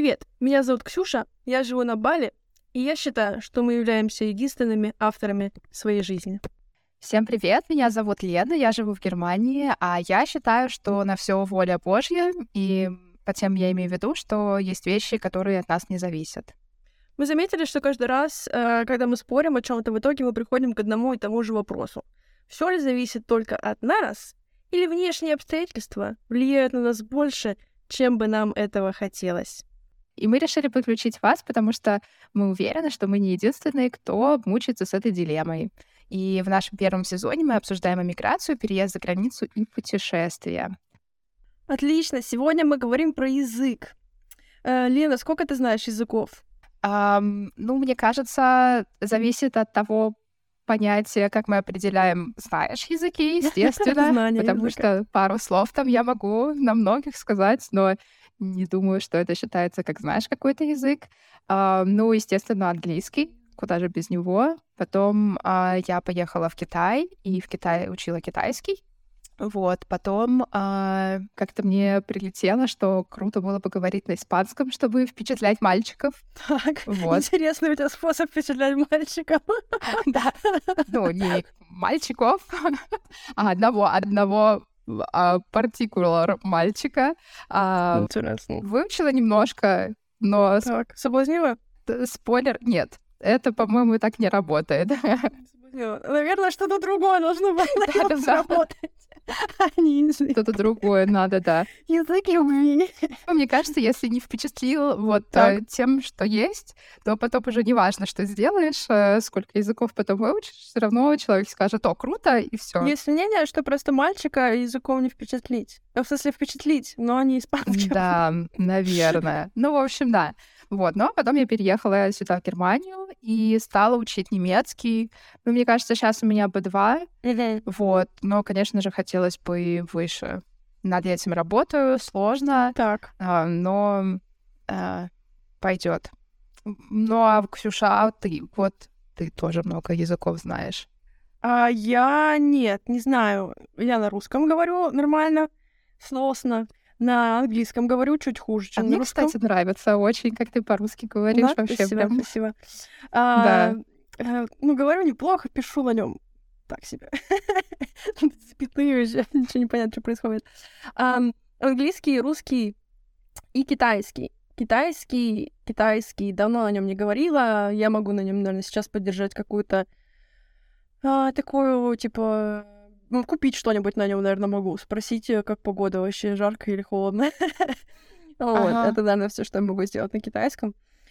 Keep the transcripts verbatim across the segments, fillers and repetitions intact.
Привет, меня зовут Ксюша, я живу на Бали, и я считаю, что мы являемся единственными авторами своей жизни. Всем привет, меня зовут Лена, я живу в Германии, а я считаю, что на все воля Божья, и по тем я имею в виду, что есть вещи, которые от нас не зависят. Вы заметили, что каждый раз, э, когда мы спорим о чем-то, в итоге мы приходим к одному и тому же вопросу. Все ли зависит только от нас, или внешние обстоятельства влияют на нас больше, чем бы нам этого хотелось? И мы решили подключить вас, потому что мы уверены, что мы не единственные, кто мучается с этой дилеммой. И в нашем первом сезоне мы обсуждаем эмиграцию, переезд за границу и путешествия. Отлично, сегодня мы говорим про язык. Э, Лена, сколько ты знаешь языков? Ам, ну, мне кажется, зависит от того понятия, как мы определяем «знаешь языки», естественно, Знание потому языка. что пару слов там я могу на многих сказать, но не думаю, что это считается как «знаешь какой-то язык». А, ну, естественно, английский, куда же без него. Потом а, я поехала в Китай, и в Китае учила китайский. Вот, потом а, как-то мне прилетело, что круто было поговорить на испанском, чтобы впечатлять мальчиков. Так, Вот. интересный у тебя способ впечатлять мальчиков. Да, ну, не мальчиков, а одного, одного а, партикуляр мальчика. А, Интересно. выучила немножко, но с- Так, соблазнила? т- спойлер, нет. Это, по-моему, так не работает. Соблазнила. Наверное, что-то другое должно было Да-да-да. сработать. А не язык. Что-то другое надо, да. Язык любви. Ну, мне кажется, если не впечатлил вот Так. э, тем, что есть, то потом уже не важно, что сделаешь, э, сколько языков потом выучишь, все равно человек скажет: «О, круто», и все. Есть мнение, что просто мальчика языком не впечатлить. Ну, в смысле, впечатлить, но не испанским. Да, наверное. Ну, в общем, да. Вот, но потом я переехала сюда, в Германию, и стала учить немецкий. Ну, мне кажется, сейчас у меня би два, Мгм. вот, но, конечно же, хотелось бы выше. Над этим работаю, сложно, Так. а, но пойдет. Ну, а, Ксюша, а ты, вот, ты тоже много языков знаешь. А я нет, не знаю. Я на русском говорю нормально, сносно. На английском говорю чуть хуже, А чем на мне, русском. кстати, нравится очень, как ты по-русски говоришь, Да, вообще спасибо, прям. спасибо. А, Да. э, ну, говорю неплохо, пишу на нем так себе. Запятые уже, ничего не понятно, что происходит. Ам, Английский, русский и китайский. Китайский, китайский, давно на нем не говорила. Я могу на нем, наверное, сейчас поддержать какую-то а, такую, типа, ну, купить что-нибудь на нем, наверное, могу. Спросить, э, как погода вообще, жарко или холодно. Вот, Ага. это, наверное, все, что я могу сделать на китайском.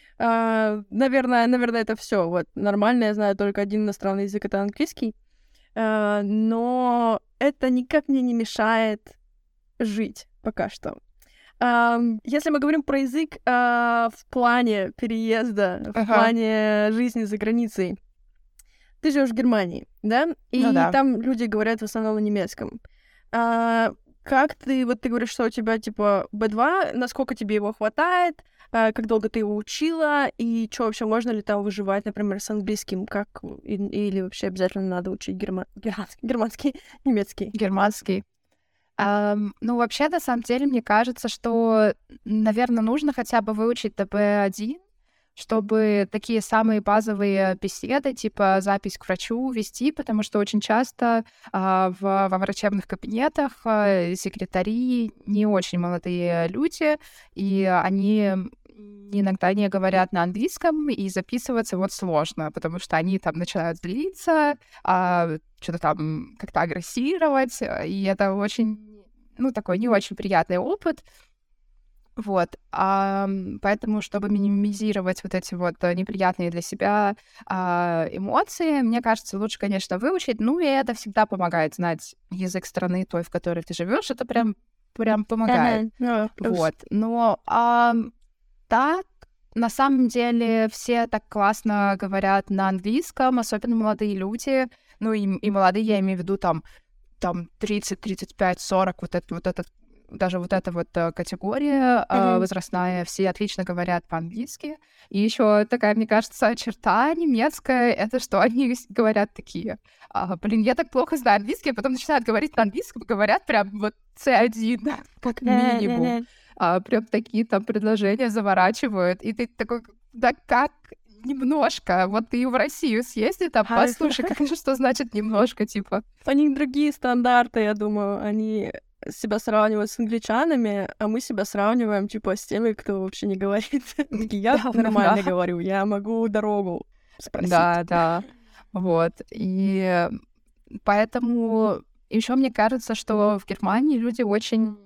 А, Наверное, наверное, это все. Вот, нормально, я знаю только один иностранный язык, это английский. А, Но это никак мне не мешает жить пока что. Ам, Если мы говорим про язык а, в плане переезда, в Ага. плане жизни за границей, ты живешь в Германии, да? И Ну да. там люди говорят в основном на немецком. А, Как ты, вот ты говоришь, что у тебя типа би два, насколько тебе его хватает, а, как долго ты его учила, и что вообще, можно ли там выживать, например, с английским, как, и- или вообще обязательно надо учить герма- германский, германский, немецкий? Германский. Ам, ну, вообще, на самом деле, мне кажется, что, наверное, нужно хотя бы выучить до би один, чтобы такие самые базовые беседы, типа запись к врачу, вести, потому что очень часто а, в, во врачебных кабинетах а, секретари не очень молодые люди, и они иногда не говорят на английском, и записываться вот сложно, потому что они там начинают злиться, а, что-то там как-то агрессировать, и это очень, ну, такой не очень приятный опыт. Вот, а, поэтому, чтобы минимизировать вот эти вот э, неприятные для себя а, эмоции, мне кажется, лучше, конечно, выучить. Ну, и это всегда помогает знать язык страны той, в которой ты живешь. Это прям, прям помогает. Ага, ну, плюс. Вот, но а, так, на самом деле, все так классно говорят на английском, особенно молодые люди. Ну, и, и молодые, я имею в виду, там, там тридцать, тридцать пять, сорок, вот это, вот этот даже вот эта вот э, категория э, Мгм. возрастная, все отлично говорят по-английски. И еще такая, мне кажется, черта немецкая, это что они с- говорят такие: «А, блин, я так плохо знаю английский», а потом начинают говорить на английском, говорят прям вот си один, как минимум. Мгм. а, прям такие там предложения заворачивают, и ты такой, да как немножко? Вот ты в Россию съезди, там послушай, как, что значит немножко, типа. У них другие стандарты, я думаю, они себя сравнивают с англичанами, а мы себя сравниваем, типа, с теми, кто вообще не говорит. Я нормально говорю, я могу дорогу спросить. Да, да, вот, и поэтому еще мне кажется, что в Германии люди очень,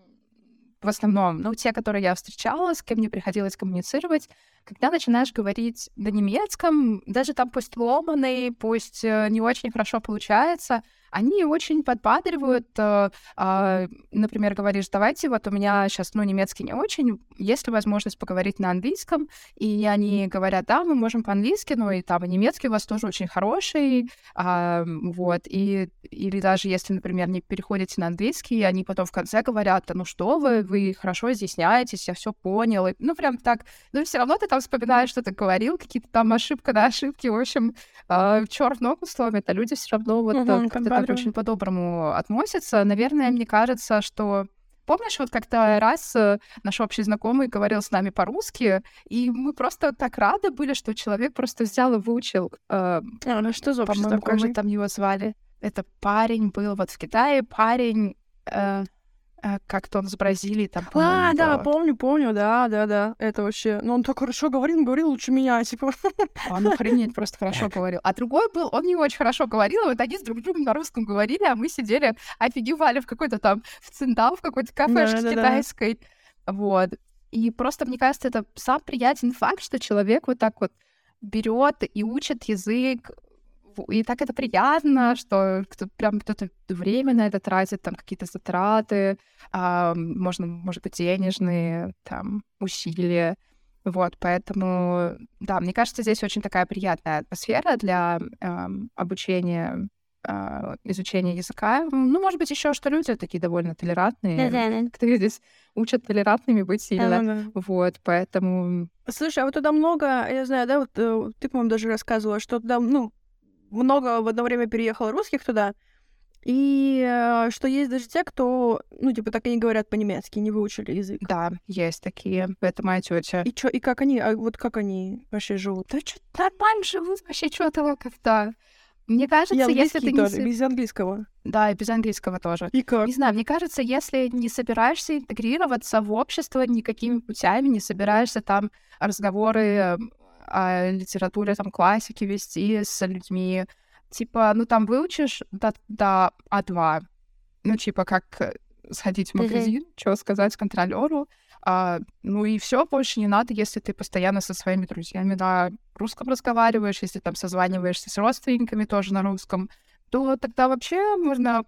в основном, ну, те, которые я встречала, с кем мне приходилось коммуницировать, когда начинаешь говорить на немецком, даже там пусть ломаный, пусть не очень хорошо получается, они очень подбадривают. Э, э, например, говоришь, давайте, вот у меня сейчас, ну, немецкий не очень, есть ли возможность поговорить на английском? И они говорят, да, мы можем по-английски, но и там и немецкий у вас тоже очень хороший, э, вот. И, или даже если, например, не переходите на английский, они потом в конце говорят, да ну что вы, вы хорошо изъясняетесь, я все понял. И, ну, прям так. Но все равно ты там вспоминаешь, что ты говорил, какие-то там ошибка на ошибки, в общем, э, черт ногу сломит, а люди все равно вот Мгм, как-то так очень по-доброму относятся. Наверное, мне кажется, что... Помнишь, вот как-то раз э, наш общий знакомый говорил с нами по-русски, и мы просто так рады были, что человек просто взял и выучил... Э, А, ну что за общество, по-моему, как покажи. мы там его звали? Это парень был вот в Китае, парень... Э, э, как-то он с Бразилии там, А, по-моему, да, был. помню, помню, да, да, да. Это вообще... Ну, он так хорошо говорил, он говорил лучше меня, типа. Он охренеть просто хорошо говорил. А другой был, он не очень хорошо говорил, и вот они с друг другом на русском говорили, а мы сидели, офигевали в какой-то там, в Циндао, в какой-то кафешке Да-да-да. китайской. Вот. И просто, мне кажется, это сам приятен факт, что человек вот так вот берет и учит язык, в- и так это приятно, что кто- прям кто-то время на это тратит, там какие-то затраты, а, можно, может быть, денежные, там, усилия. Вот, поэтому, да, мне кажется, здесь очень такая приятная атмосфера для эм, обучения, а, изучения языка. Ну, может быть, еще что люди такие довольно толерантные. Кто здесь учат толерантными быть сильно. Да-да-да. Вот, поэтому... Слушай, а вот туда много, я знаю, да, вот э, ты, по-моему, даже рассказывала, что туда, ну, много в одно время переехало русских туда, и э, что есть даже те, кто, ну, типа, так и не говорят по-немецки, не выучили язык. Да, есть такие. Это моя тетя. И чё, и как они, а вот как они вообще живут? Да что, нормально живут, вообще что-то как-то. Мне кажется, И если английский ты не... тоже, с- без английского. Да, и без английского тоже. И как? Не знаю, мне кажется, если не собираешься интегрироваться в общество никакими путями, не собираешься там разговоры э, о литературе, там, классики вести с людьми, типа, ну, там выучишь до, до а два, ну, типа, как э, сходить в Мгм. магазин, что сказать контролеру, а, ну и все, больше не надо, если ты постоянно со своими друзьями на русском разговариваешь, если там созваниваешься с родственниками тоже на русском, то тогда вообще можно...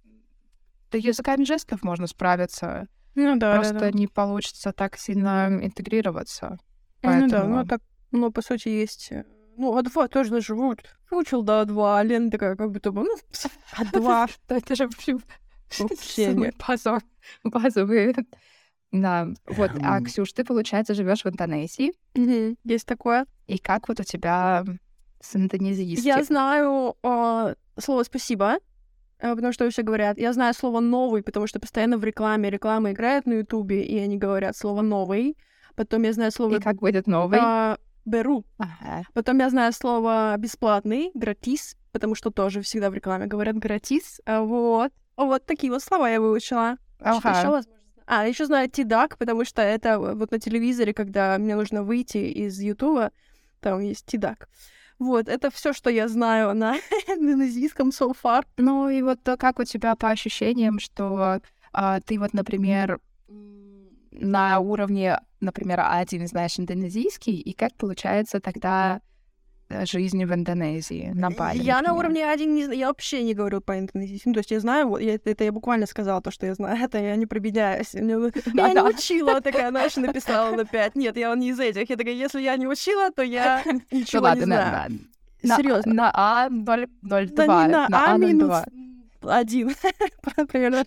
Да языками жестов можно справиться. Ну да, Просто да, да. не получится так сильно интегрироваться. Ну да, Поэтому... ну так, ну, по сути, есть... э, Ну, а два тоже живут. Выучил до а два, а Лена такая, как будто бы, ну, а два. Да, это же вообще Вообще самые нет. базовые. базовые. Да, вот. А, Ксюш, ты, получается, живешь в Индонезии. Мгм. Есть такое. И как вот у тебя с индонезийским? Я знаю а, слово «спасибо», а, потому что все говорят. Я знаю слово «новый», потому что постоянно в рекламе. Реклама играет на Ютубе, и они говорят слово «новый». Потом я знаю слово И как будет новый? а, «беру». Ага. Потом я знаю слово «бесплатный», «гратис», потому что тоже всегда в рекламе говорят «гратис». А, Вот. Вот такие вот слова я выучила. Что Ага. еще возможно? А, еще знаю «тидак», потому что это вот на телевизоре, когда мне нужно выйти из Ютуба, там есть «тидак». Вот, это все, что я знаю на индонезийском so far. Ну и вот э, как у тебя по ощущениям, что а, ты вот, например, м, на уровне, например, а один знаешь индонезийский, и как получается тогда э, жизнь в Индонезии, на Бали, Я на например? уровне один не зна- я вообще не говорю по-индонезийски. Ну, то есть я знаю, вот, я- это, это я буквально сказала то, что я знаю, это я не пробедняюсь. Я не я не учила, такая, знаешь, написала на пять. Нет, я не из этих. Я такая, если я не учила, то я Ну ничего ладно, не на, знаю. на, Серьезно. на А ноль ноль Да два, не на А А ноль минус два. один. Примерно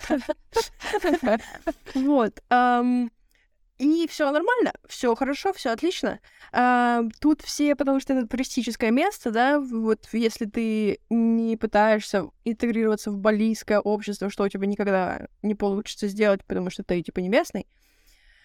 так. Вот. ам, И все нормально, все хорошо, все отлично. А, Тут все, потому что это туристическое место, да, вот если ты не пытаешься интегрироваться в балийское общество, что у тебя никогда не получится сделать, потому что ты, типа, не местный,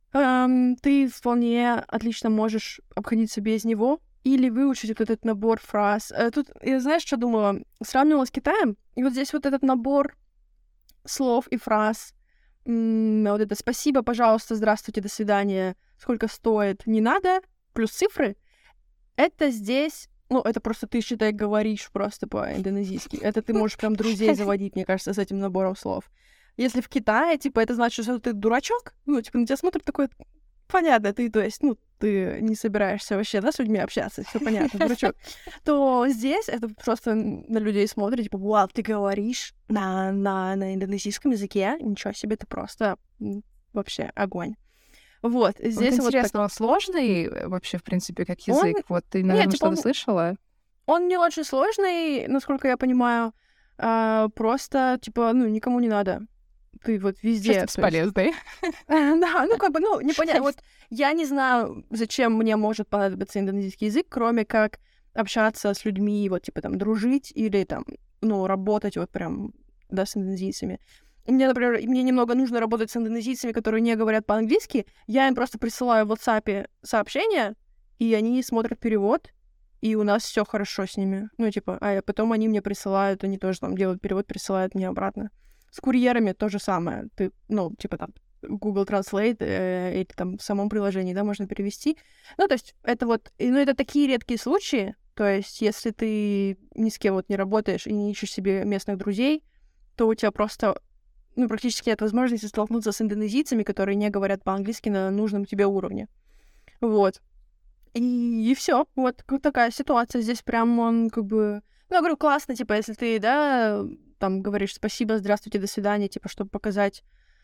эм, ты вполне отлично можешь обходиться без него или выучить вот этот набор фраз. Э, тут, я знаешь, что думала? Сравнивала с Китаем, и вот здесь вот этот набор слов и фраз, м, вот это «спасибо», «пожалуйста», «здравствуйте», «до свидания», «сколько стоит», «не надо», плюс цифры, это здесь... Ну, это просто ты, считай, говоришь просто по-индонезийски. Это ты можешь прям друзей заводить, мне кажется, с этим набором слов. Если в Китае, типа, это значит, что ты дурачок, ну, типа, на тебя смотрят такой, понятно, ты, то есть, ну, ты не собираешься вообще, да, с людьми общаться, все понятно, дурачок, то здесь это просто на людей смотрят, типа, вау, ты говоришь на, на, на индонезийском языке, ничего себе, ты просто м, вообще огонь. Вот, здесь вот вот интересно, так... он сложный вообще, в принципе, как язык? Он... Вот ты, наверное, Нет, типа, что-то он... слышала? он не очень сложный, насколько я понимаю, а, просто, типа, ну, никому не надо. Ты вот везде... Просто бесполезный. Да, ну, как бы, ну, непонятно. Вот я не знаю, зачем мне может понадобиться индонезийский язык, кроме как общаться с людьми, вот, типа, там, дружить или, там, ну, работать вот прям, да, с индонезийцами. И мне, например, мне немного нужно работать с индонезийцами, которые не говорят по-английски. Я им просто присылаю в WhatsApp сообщения, и они смотрят перевод, и у нас все хорошо с ними. Ну, типа, а потом они мне присылают, они тоже там делают перевод, присылают мне обратно. С курьерами то же самое. Ты, ну, типа там Google Translate э, или там в самом приложении, да, можно перевести. Ну, то есть это вот... Ну, это такие редкие случаи. То есть если ты ни с кем вот не работаешь и не ищешь себе местных друзей, то у тебя просто, ну, практически нет возможности столкнуться с индонезийцами, которые не говорят по-английски на нужном тебе уровне. Вот. И, и все. Вот такая ситуация. Здесь прям он как бы... Ну, я говорю, классно, типа, если ты, да, там говоришь спасибо, здравствуйте, до свидания, типа, чтобы показать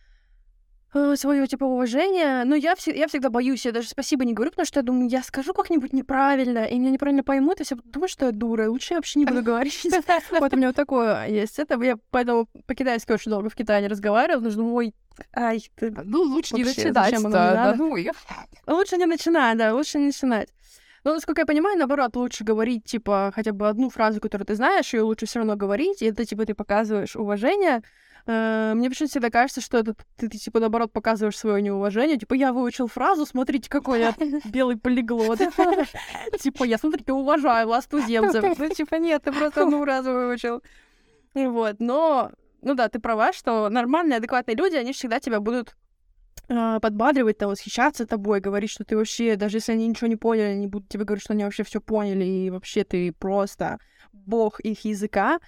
э, свое, типа, уважение. Но я, вс- я всегда боюсь, я даже спасибо не говорю, потому что я думаю, я скажу как-нибудь неправильно, и меня неправильно поймут, и все думают, что я дура, лучше я вообще не буду говорить. Вот у меня вот такое есть. Это я поэтому по-китайски очень долго в Китае не разговаривала, потому что, ой, ай, ты... Ну, лучше не Вообще, начинать, зачем оно да, мне да, надо? ну и... Лучше не начинать, да, лучше не начинать. Но, насколько я понимаю, наоборот, лучше говорить, типа, хотя бы одну фразу, которую ты знаешь, ее лучше все равно говорить, и это, типа, ты показываешь уважение. Э, Мне почему-то всегда кажется, что это ты, ты, типа, наоборот, показываешь свое неуважение. Типа, я выучил фразу, смотрите, какой я белый полиглот. Типа, я, смотрите, уважаю вас, туземцев. Ну, типа, нет, ты просто одну фразу выучил. И вот, но, ну да, ты права, что нормальные, адекватные люди, они всегда тебя будут э, подбадривать, там, восхищаться тобой, говорить, что ты вообще, даже если они ничего не поняли, они будут тебе говорить, что они вообще все поняли, и вообще ты просто бог их языка.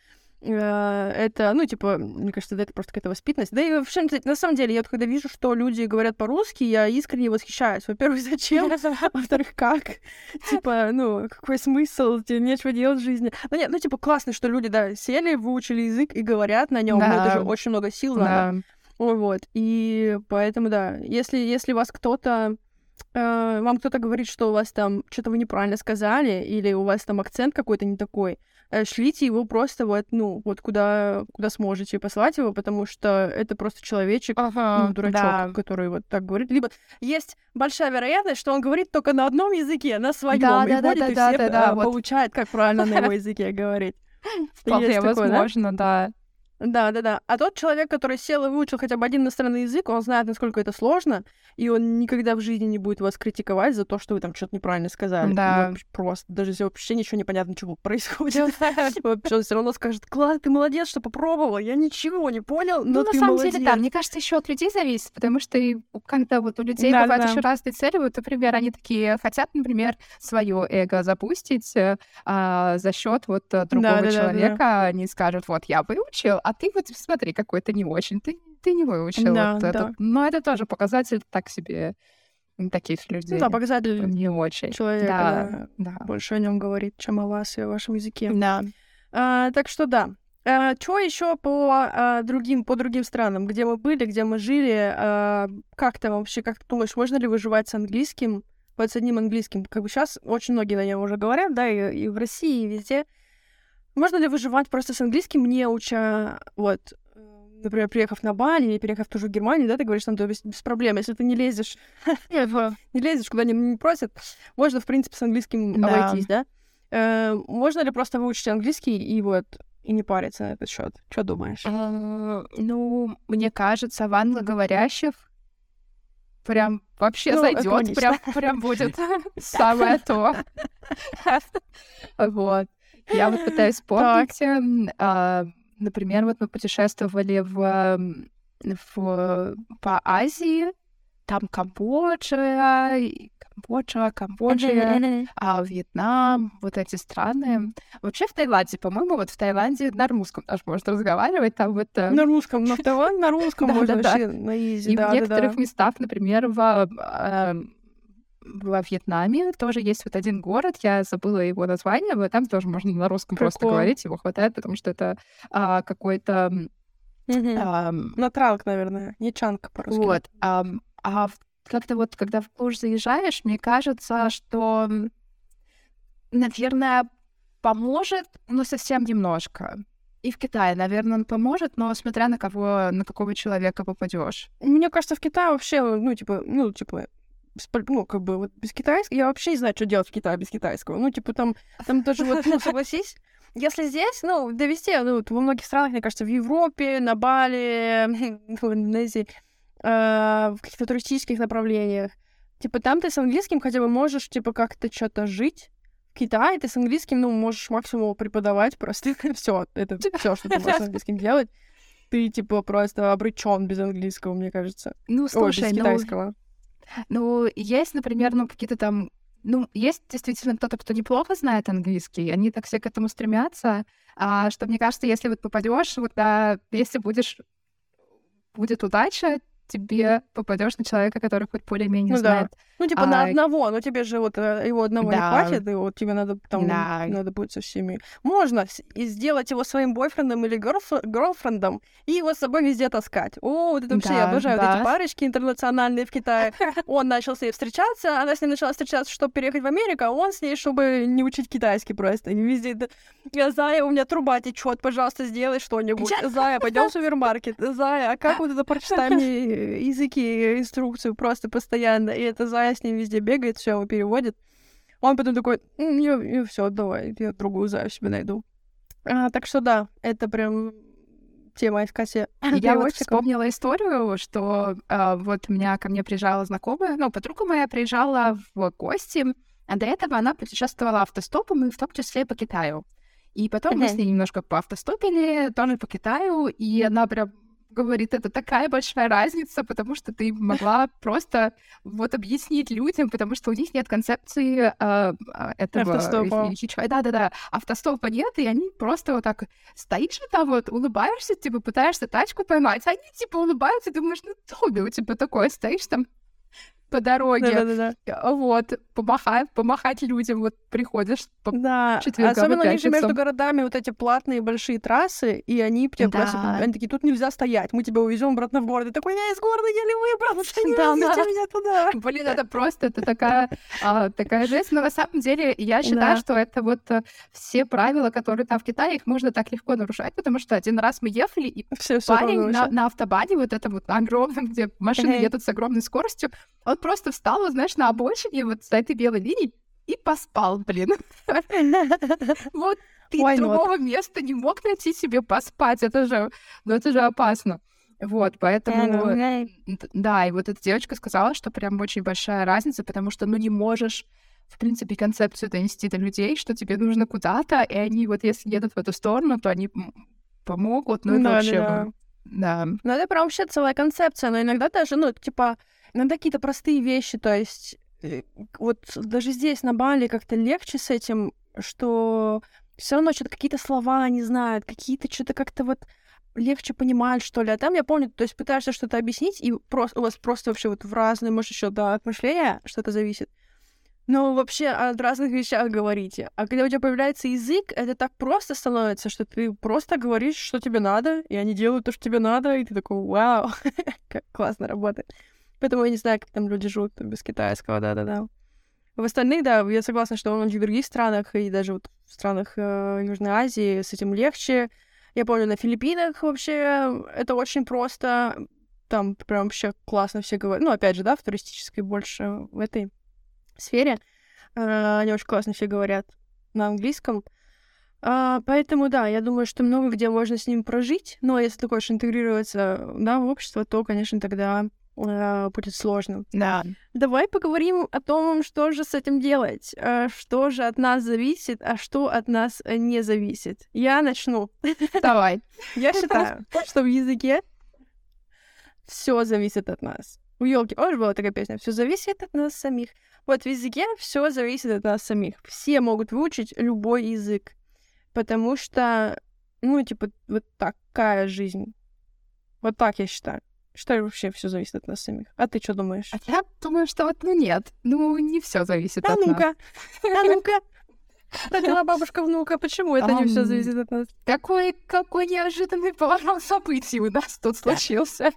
Э, Это, ну, типа, мне кажется, да, это просто какая-то воспитанность. Да и вообще, на самом деле, я вот когда вижу, что люди говорят по-русски, я искренне восхищаюсь. Во-первых, зачем? Во-вторых, как? Типа, ну, какой смысл? Тебе нечего делать в жизни. Ну, нет, ну, типа, классно, что люди, да, сели, выучили язык и говорят на нем. Ну, это же очень много сил надо. Вот, и поэтому, да, если, если вас кто-то, э, вам кто-то говорит, что у вас там что-то вы неправильно сказали, или у вас там акцент какой-то не такой, э, шлите его просто вот, ну, вот куда, куда сможете послать его, потому что это просто человечек, Ага, ну, дурачок, да. который вот так говорит. Либо есть большая вероятность, что он говорит только на одном языке, на своем, Да, и да, да, ходит да, и да, всех да, да, э, вот. получает, как правильно на его языке говорить. Вполне Есть такое, да? возможно, да. Да, да, да. А тот человек, который сел и выучил хотя бы один иностранный язык, он знает, насколько это сложно, и он никогда в жизни не будет вас критиковать за то, что вы там что-то неправильно сказали. Да. Вот просто, даже если вообще ничего не понятно, что происходит. Вообще, он все равно скажет: Класс, ты молодец, что попробовала, я ничего не понял, но Ну, на ты самом молодец. деле, да, мне кажется, еще от людей зависит, потому что и когда вот у людей Да, бывают да. еще разные цели, вот, например, они такие хотят, например, свое эго запустить э, а, за счет вот э, другого Да, да, да, да. человека, они скажут: вот я выучил, а ты вот смотри, какой ты не очень, ты, ты не выучил. Да, вот да. это. Но это тоже показатель так себе м, таких людей. Ну да, показатель Не очень. человека, Да, да, да. больше о нем говорит, чем о вас и о вашем языке. Да. А, так что да. А, что еще по а, другим по другим странам, где мы были, где мы жили? А, как там вообще, как ты думаешь, можно ли выживать с английским, вот с одним английским? Как бы сейчас очень многие на нем уже говорят, да, и, и в России, и везде. Можно ли выживать просто с английским, не уча, вот, э, например, приехав на Бали или переехав в ту же Германию, да, ты говоришь, там, да, без, без проблем, если ты не лезешь, не лезешь, куда не, не просят, можно, в принципе, с английским Да. обойтись, да? Э, можно ли просто выучить английский и вот и не париться на этот счет? Что думаешь? Э, Ну, мне кажется, в англоговорящих прям вообще Ну, зайдет, экологично. прям, прям будет самое то. Вот. Я вот пытаюсь вспомнить, м, а, например, вот мы путешествовали в, м, в- по Азии, там Камбоджа, и Камбоджа, Камбоджа, а, Вьетнам, вот эти страны. Вообще в Таиланде, по-моему, вот в Таиланде на русском даже можно разговаривать, там вот... э, На русском, на втором, на русском можно Да-да-да. вообще на изи, И в да, да, некоторых да. местах, например, в, а, во Вьетнаме тоже есть вот один город, я забыла его название, вот там тоже можно на русском просто Прикол. говорить, его хватает, потому что это а, какой-то... м, Мгм. ам, Натранг, наверное, не чанка по-русски. вот. ам, а в- как-то вот, когда в Клуж заезжаешь, мне кажется, что, м, наверное, поможет, но совсем немножко. И в Китае, наверное, он поможет, но смотря на кого, на какого человека попадешь. Мне кажется, в Китае вообще, ну, типа, ну, типа, беспо- ну, как бы, вот без китайского, я вообще не знаю, что делать в Китае без китайского. Ну, типа, там, там даже вот, ну, согласись, если здесь, ну, да везде, ну, вот во многих странах, мне кажется, в Европе, на Бали, в Индонезии, э, в каких-то туристических направлениях, типа, там ты с английским хотя бы можешь, типа, как-то что-то жить. В Китае ты с английским, ну, можешь максимум преподавать просто. Все, это все, что ты можешь с английским делать. Ты, типа, просто обречен без английского, мне кажется. Ну, Ой, без слушай, ну, китайского. ну, есть, например, ну, какие-то там... Ну, есть действительно кто-то, кто неплохо знает английский, они так все к этому стремятся, а, что, мне кажется, если вот попадешь, вот, да, если будешь... Будет удача, тебе попадешь на человека, который хоть более-менее Ну да. знает. Ну, типа, на А, одного, но тебе же вот э, его одного не да, хватит, и вот тебе надо там, да. надо будет со всеми. Можно с- и сделать его своим бойфрендом или герлф- герлфрендом и его с собой везде таскать. О, вот это вообще, я Да, обожаю вот да. эти парочки интернациональные в Китае. Он начал с ней встречаться, она с ним начала встречаться, чтобы переехать в Америку, а он с ней, чтобы не учить китайский просто. И везде, да, «Я, Зая, у меня труба течет, пожалуйста, сделай что-нибудь. Зая, пойдем в супермаркет. Зая, а как вот это прочитай мне языки, инструкцию просто постоянно. И это Зая с ним везде бегает, все его переводит. Он потом такой, я, все, давай, я другую Заю себе найду. А, так что да, это прям тема искать Я вот переводчиков. вспомнила историю, что а, вот у меня ко мне приезжала знакомая, ну, подруга моя приезжала в гости, а до этого она путешествовала автостопом, и в том числе по Китаю. И потом мы с Мгм. ней немножко поавтостопили, тоже по Китаю, и она прям говорит, это такая большая разница, потому что ты могла просто вот объяснить людям, потому что у них нет концепции а, а, этого... Автостопа. хич- Да-да-да, автостопа нет, и они просто вот так стоишь там вот, улыбаешься, типа пытаешься тачку поймать, они типа улыбаются, и думаешь, ну что у тебя такое, стоишь там по дороге, Да-да-да. вот, помахать, помахать людям, вот приходишь по Да, четвергам и особенно у них же между пятницам. городами вот эти платные большие трассы, и они тебе просто... Да. Они такие, тут нельзя стоять, мы тебя увезем обратно в город. И такой, я из города еле выбрался, не Да, везите да. меня туда. Блин, это просто, это такая, а, такая жесть. Но на самом деле я Да. считаю, что это вот э, все правила, которые там в Китае, их можно так легко нарушать, потому что один раз мы ехали, и Все, все парень равно на, вообще. на автобане, вот это вот на огромном, где машины Мгм. едут с огромной скоростью, он просто встал, вот, знаешь, на обочине вот с этой белой линии и поспал, блин. Вот ты Why not? другого места не мог найти себе поспать, это же, ну это же опасно. Вот, поэтому, д- да, и вот эта девочка сказала, что прям очень большая разница, потому что, ну, не можешь, в принципе, концепцию донести до людей, что тебе нужно куда-то, и они вот если едут в эту сторону, то они м, помогут, ну, это Да, вообще, да, м, да. Ну, это прям вообще целая концепция, но иногда даже, ну, типа, иногда какие-то простые вещи, то есть э, вот даже здесь, на Бали, как-то легче с этим, что все равно что-то какие-то слова они знают, какие-то что-то как-то вот легче понимают, что ли. А там, я помню, то есть пытаешься что-то объяснить, и просто, у вас просто вообще вот в разные, может, еще да, от мышления что-то зависит. Но вообще о разных вещах говорите. А когда у тебя появляется язык, это так просто становится, что ты просто говоришь, что тебе надо, и они делают то, что тебе надо, и ты такой, вау, как классно работает. Поэтому я не знаю, как там люди живут без китайского, да-да-да. В остальных, да, я согласна, что в многих других странах, и даже вот в странах э, Южной Азии с этим легче. Я помню, на Филиппинах вообще это очень просто. Там прям вообще классно все говорят. Ну, опять же, да, в туристической больше в этой сфере. Э, Они очень классно все говорят на английском. А, Поэтому, да, я думаю, что много где можно с ним прожить. Но если ты хочешь интегрироваться, да, в общество, то, конечно, тогда э, будет сложно. Да. Давай поговорим о том, что же с этим делать, э, что же от нас зависит, а что от нас э, не зависит. Я начну. Давай. Я считаю, что в языке все зависит от нас. У Ёлки тоже была такая песня: все зависит от нас самих. Вот в языке все зависит от нас самих. Все могут выучить любой язык, потому что, ну, типа, вот такая жизнь. Вот так я считаю. Что вообще все зависит от нас самих. А ты что думаешь? А я думаю, что вот, ну нет, ну не все зависит А от нас. ну-ка, а ну-ка. Родила бабушка внука, почему это не все Ам, зависит от нас? Какой, какой неожиданный поворот событий у нас тут случился.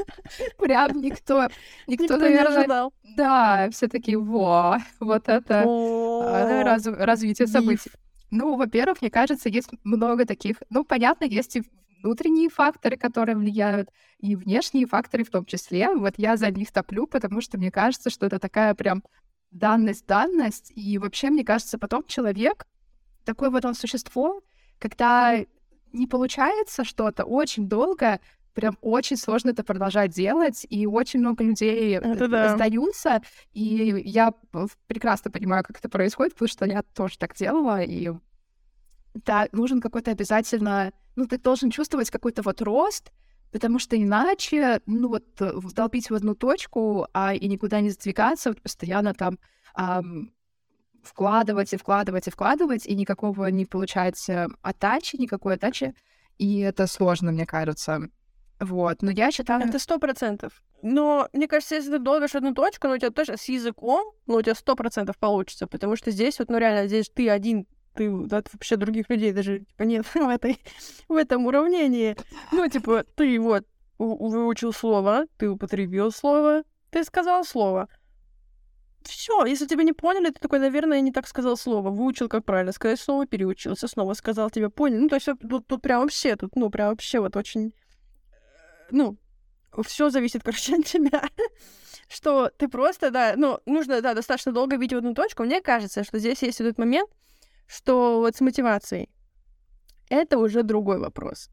Прям никто, никто, Никто не наверное, ожидал. да, все таки во, вот это а, О, раз- развитие биф. событий. Ну, во-первых, мне кажется, есть много таких, ну, понятно, есть и внутренние факторы, которые влияют, и внешние факторы в том числе. Вот я за них топлю, потому что мне кажется, что это такая прям данность-данность, и вообще, мне кажется, потом человек, такое вот он существо, когда не получается что-то очень долго, прям очень сложно это продолжать делать, и очень много людей Это да. сдаются, и я п- прекрасно понимаю, как это происходит, потому что я тоже так делала, и да, нужен какой-то обязательно, ну, ты должен чувствовать какой-то вот рост, потому что иначе, ну, вот, э, вдолбить в одну точку, а и никуда не сдвигаться, вот постоянно там ам, вкладывать и вкладывать и вкладывать, и никакого не получать э, отдачи, никакой отдачи, и это сложно, мне кажется. Вот, но я считаю... Это сто процентов. Но, мне кажется, если ты долбишь одну точку, ну, у тебя тоже с языком, ну, у тебя сто процентов получится, потому что здесь вот, ну, реально, здесь ты один, ты, да, вообще других людей даже, типа, нет в, этой, в этом уравнении. Ну, типа, ты вот у- выучил слово, ты употребил слово, ты сказал слово. Все, если тебя не поняли, ты такой, наверное, я не так сказал слово. Выучил, как правильно сказать слово, переучился, снова сказал, тебя поняли. Ну, то есть вот тут, тут прям вообще, тут, ну, прям вообще вот очень, ну, все зависит, короче, от тебя. Что ты просто, да, ну, нужно, да, достаточно долго видеть в одну точку. Мне кажется, что здесь есть этот момент, что вот с мотивацией это уже другой вопрос.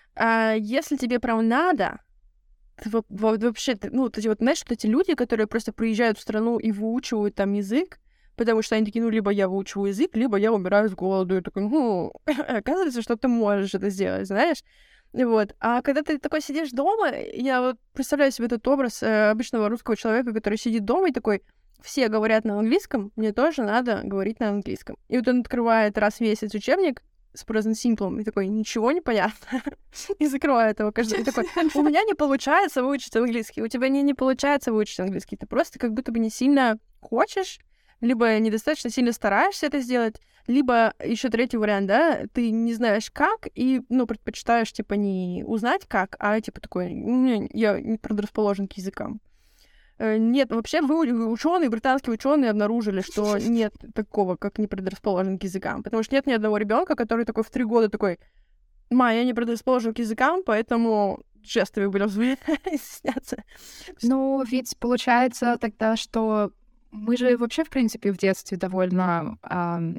А если тебе прям надо, ты во- во- вообще, ты- ну, вот эти вот, знаешь, вот эти люди, которые просто приезжают в страну и выучивают там язык, потому что они такие, ну, либо я выучиваю язык, либо я умираю с голоду. И такой, ну, оказывается, что ты можешь это сделать, знаешь? Вот. А когда ты такой сидишь дома, я вот представляю себе этот образ э, обычного русского человека, который сидит дома и такой, все говорят на английском, мне тоже надо говорить на английском. И вот он открывает раз в месяц учебник с present simple и такой, ничего не понятно. И закрывает его каждый день. Такой, у меня не получается выучить английский, у тебя не, не получается выучить английский. Ты просто как будто бы не сильно хочешь, либо недостаточно сильно стараешься это сделать, либо еще третий вариант, да, ты не знаешь как, и, ну, предпочитаешь, типа, не узнать как, а, типа, такой, «Не, я не предрасположен к языкам». Э, Нет, вообще ученые, британские ученые обнаружили, что нет такого, как не предрасположен к языкам, потому что нет ни одного ребенка, который такой в три года такой, ма, я не предрасположен к языкам, поэтому жестами будем изъясняться. Ну, ведь получается тогда, что мы же вообще, в принципе, в детстве довольно, ам,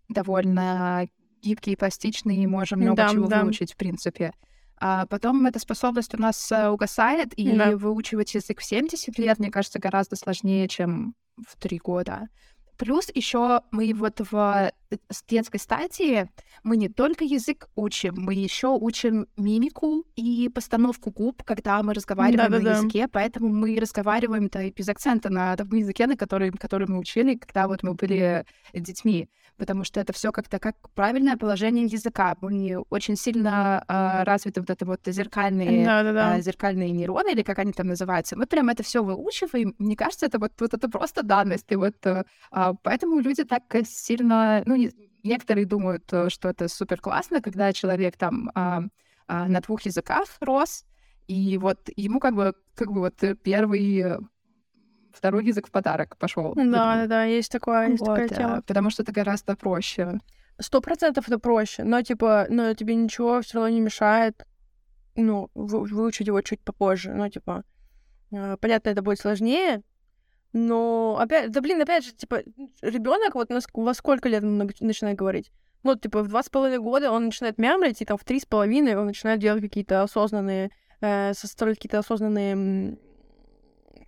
довольно гибкие, пластичные и можем много Да, чего да. выучить, в принципе. А потом эта способность у нас э, угасает, и Да. выучивать язык в семьдесят лет, мне кажется, гораздо сложнее, чем в три года. Плюс еще мы вот в э, с детской стадии мы не только язык учим, мы еще учим мимику и постановку губ, когда мы разговариваем на Да-да-да. языке, поэтому мы разговариваем-то и без акцента на том языке, на который, который мы учили, когда вот мы были детьми, потому что это все как-то как правильное положение языка. Мы очень сильно а, развиты вот это вот зеркальные Да-да-да. а, зеркальные нейроны, или как они там называются. Мы прям это все выучиваем. Мне кажется, это вот, вот это просто данность. И вот э, а, поэтому люди так э, сильно, ну, не- некоторые думают, э, что это супер классно, когда человек там а, а, на двух языках рос, и вот ему как бы, как бы вот э, первый, э, второй язык в подарок пошел. Да, да, есть такое, есть такая тема. Потому что это гораздо проще. Сто процентов это проще, но, типа, но тебе ничего все равно не мешает, ну, вы- выучить его чуть попозже. Ну, типа, э, понятно, это будет сложнее, но, опять, да, блин, опять же, типа, ребенок вот на ск- во сколько лет он наг- начинает говорить? Ну, вот, типа, в два с половиной года он начинает мямлить, и там в три с половиной он начинает делать какие-то осознанные, э, состроить какие-то осознанные м,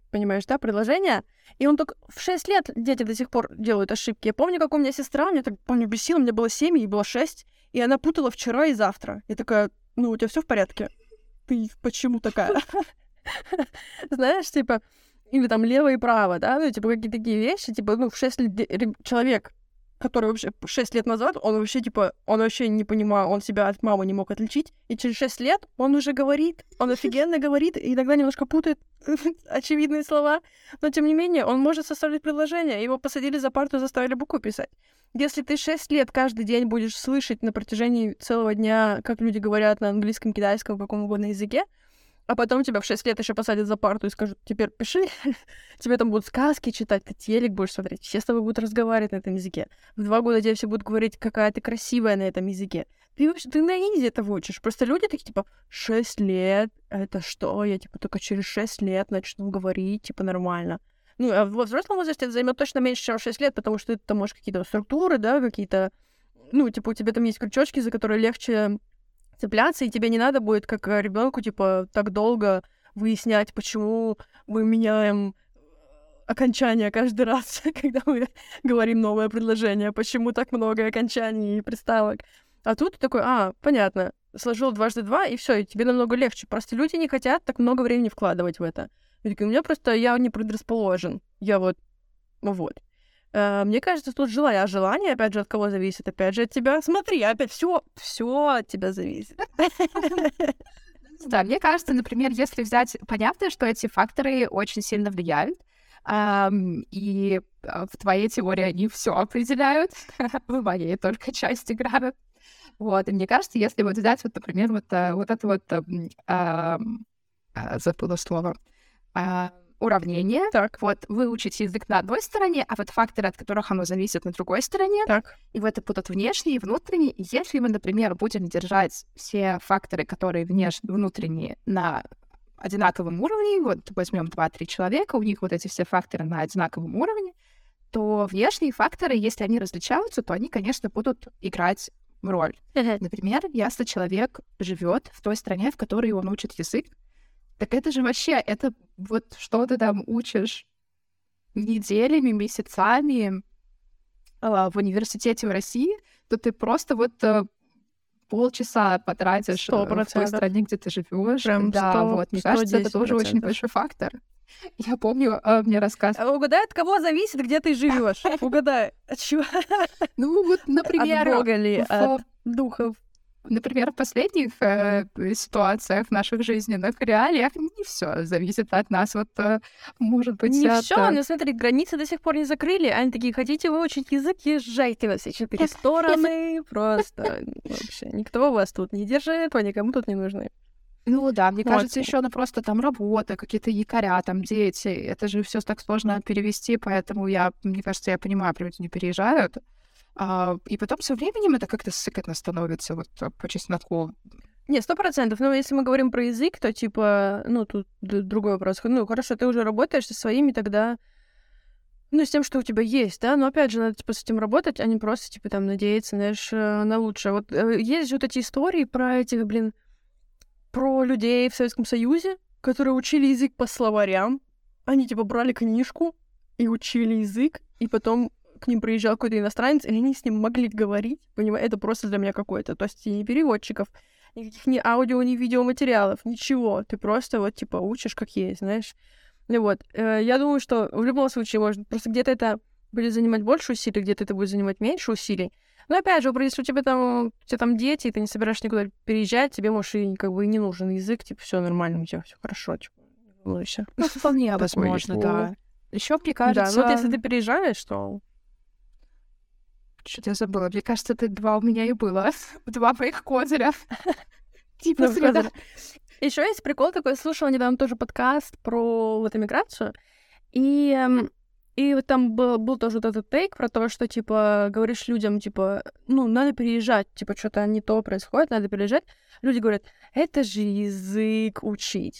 понимаешь, да, предложение. И он только в шесть лет дети до сих пор делают ошибки. Я помню, как у меня сестра, мне так, помню, бесила, мне было семь, ей было шесть, и она путала вчера и завтра. Я такая, ну, у тебя все в порядке? Ты почему такая? Знаешь, типа, или там лево и право, да, ну, типа, какие-то такие вещи, типа, ну, в шесть лет человек, который вообще шесть лет назад, он вообще, типа, он вообще не понимал, он себя от мамы не мог отличить, и через шесть лет он уже говорит, он офигенно говорит, и иногда немножко путает очевидные слова, но, тем не менее, он может составлять предложение, его посадили за парту, заставили букву писать. Если ты шесть лет каждый день будешь слышать на протяжении целого дня, как люди говорят на английском, китайском, каком угодно языке, а потом тебя в шесть лет еще посадят за парту и скажут, теперь пиши, тебе там будут сказки читать, ты телек будешь смотреть, все с тобой будут разговаривать на этом языке. В два года тебе все будут говорить, какая ты красивая на этом языке. Ты, ты на изи это выучишь. Просто люди такие, типа, шесть лет, это что? Я, типа, только через шесть лет начну говорить, типа, нормально. Ну, а во взрослом возрасте это займет точно меньше, чем шесть лет, потому что ты там можешь какие-то структуры, да, какие-то... Ну, типа, у тебя там есть крючочки, за которые легче цепляться, и тебе не надо будет, как ребенку, типа, так долго выяснять, почему мы меняем окончания каждый раз, когда мы говорим новое предложение, почему так много окончаний и приставок. А тут ты такой, а, понятно, сложил дважды два, и все, и тебе намного легче. Просто люди не хотят так много времени вкладывать в это. Я такая, у меня просто, я не предрасположен. Я вот, вот. Мне кажется, тут желание, а желание, опять же, от кого зависит? Опять же, от тебя. Смотри, опять все, все от тебя зависит. Да, мне кажется, например, если взять... Понятно, что эти факторы очень сильно влияют, и в твоей теории они все определяют, в моей только часть играют. Вот, и мне кажется, если вот взять, вот, например, вот, вот это вот... Забыла слово. Уравнение. Так. Вот выучить язык на одной стороне, а вот факторы, от которых оно зависит, на другой стороне. Так. И вот это будут внешние и внутренние. И если мы, например, будем держать все факторы, которые внешние, внутренние, на одинаковом уровне, вот возьмем два-три человека, у них вот эти все факторы на одинаковом уровне, то внешние факторы, если они различаются, то они, конечно, будут играть роль. Например, если человек живет в той стране, в которой он учит язык, так это же вообще, это вот что ты там учишь неделями, месяцами а, в университете в России, то ты просто вот а, полчаса потратишь сто процентов в той стране, где ты живешь. Прям да, сто, вот, мне кажется, это тоже очень большой фактор. Я помню, а, мне рассказывали. А угадай, от кого зависит, где ты живешь? Угадай, от чего? Ну вот, например... От Бога ли, от духов? Например, в последних э, ситуациях в наших жизненных реалиях не все зависит от нас. Вот, э, может быть, не от... все, но смотри, границы до сих пор не закрыли. Они такие, хотите выучить язык, езжайте во все четыре стороны. Просто вообще никто вас тут не держит, вы никому тут не нужны. Ну да, мне вот. кажется, еще ну, просто там работа, какие-то якоря, там дети. Это же все так сложно перевести, поэтому я, мне кажется, я понимаю, почему люди не переезжают. А, и потом со временем это как-то сыкотно становится, вот по чесноку. Не, сто процентов. Но если мы говорим про язык, то, типа, ну, тут другой вопрос. Ну, хорошо, ты уже работаешь со своими тогда, ну, с тем, что у тебя есть, да? Но, опять же, надо, типа, с этим работать, а не просто, типа, там, надеяться, знаешь, на лучшее. Вот есть же вот эти истории про этих, блин, про людей в Советском Союзе, которые учили язык по словарям. Они, типа, брали книжку и учили язык, и потом к ним приезжал какой-то иностранец, и они с ним могли говорить, понимаешь, это просто для меня какое-то. То есть ни переводчиков, никаких ни аудио, ни видеоматериалов, ничего. Ты просто вот, типа, учишь как есть, знаешь. Ну вот, я думаю, что в любом случае, может, просто где-то это будет занимать больше усилий, где-то это будет занимать меньше усилий. Но опять же, если у тебя там, у тебя там дети, и ты не собираешься никуда переезжать, тебе, может, и как бы и не нужен язык, типа, все нормально, у тебя все хорошо, типа, не волнуйся. Ну, вполне возможно, да. Еще мне кажется... Да, ну вот если ты переезжаешь, то... Что-то я забыла. Мне кажется, это два у меня и было. Два моих козыря. Типа среда. Еще есть прикол такой. Слушала недавно тоже подкаст про вот эмиграцию. И, и вот там был, был тоже вот этот тейк про то, что, типа, говоришь людям, типа, ну, надо переезжать. Типа, что-то не то происходит, надо переезжать. Люди говорят, это же язык учить.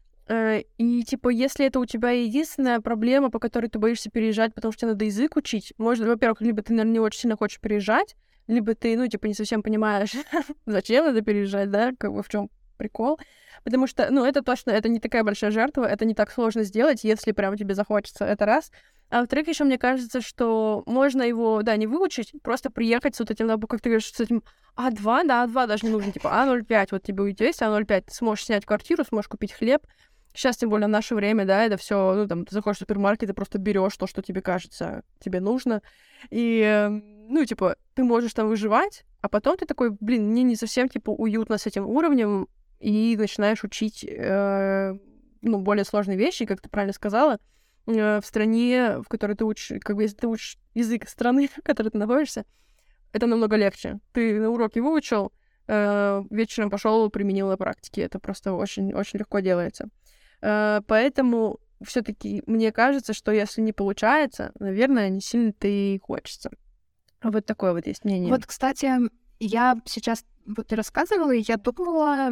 И, типа, если это у тебя единственная проблема, по которой ты боишься переезжать, потому что тебе надо язык учить, можно, во-первых, либо ты, наверное, не очень сильно хочешь переезжать, либо ты, ну, типа, не совсем понимаешь, зачем надо переезжать, да, как бы в чем прикол. Потому что, ну, это точно, это не такая большая жертва, это не так сложно сделать, если прям тебе захочется. Это раз. А во-вторых, еще мне кажется, что можно его, да, не выучить, просто приехать с вот этим, как ты говоришь, с этим А два, да, А два даже не нужно, типа А ноль пять, вот тебе есть А ноль пять, ты сможешь снять квартиру, сможешь купить хлеб. Сейчас, тем более, в наше время, да, это все, ну, там, ты заходишь в супермаркет, ты просто берешь то, что тебе кажется, тебе нужно, и, ну, типа, ты можешь там выживать, а потом ты такой, блин, мне не совсем, типа, уютно с этим уровнем, и начинаешь учить, э, ну, более сложные вещи, как ты правильно сказала, в стране, в которой ты учишь, как бы, если ты учишь язык страны, в которой ты находишься, это намного легче. Ты на уроке выучил, э, вечером пошел, применил на практике. Это просто очень-очень легко делается. Э, поэтому все-таки мне кажется, что если не получается, наверное, не сильно-то и хочется. Вот такое вот есть мнение. Вот, кстати, я сейчас вот ты рассказывала, и я думала,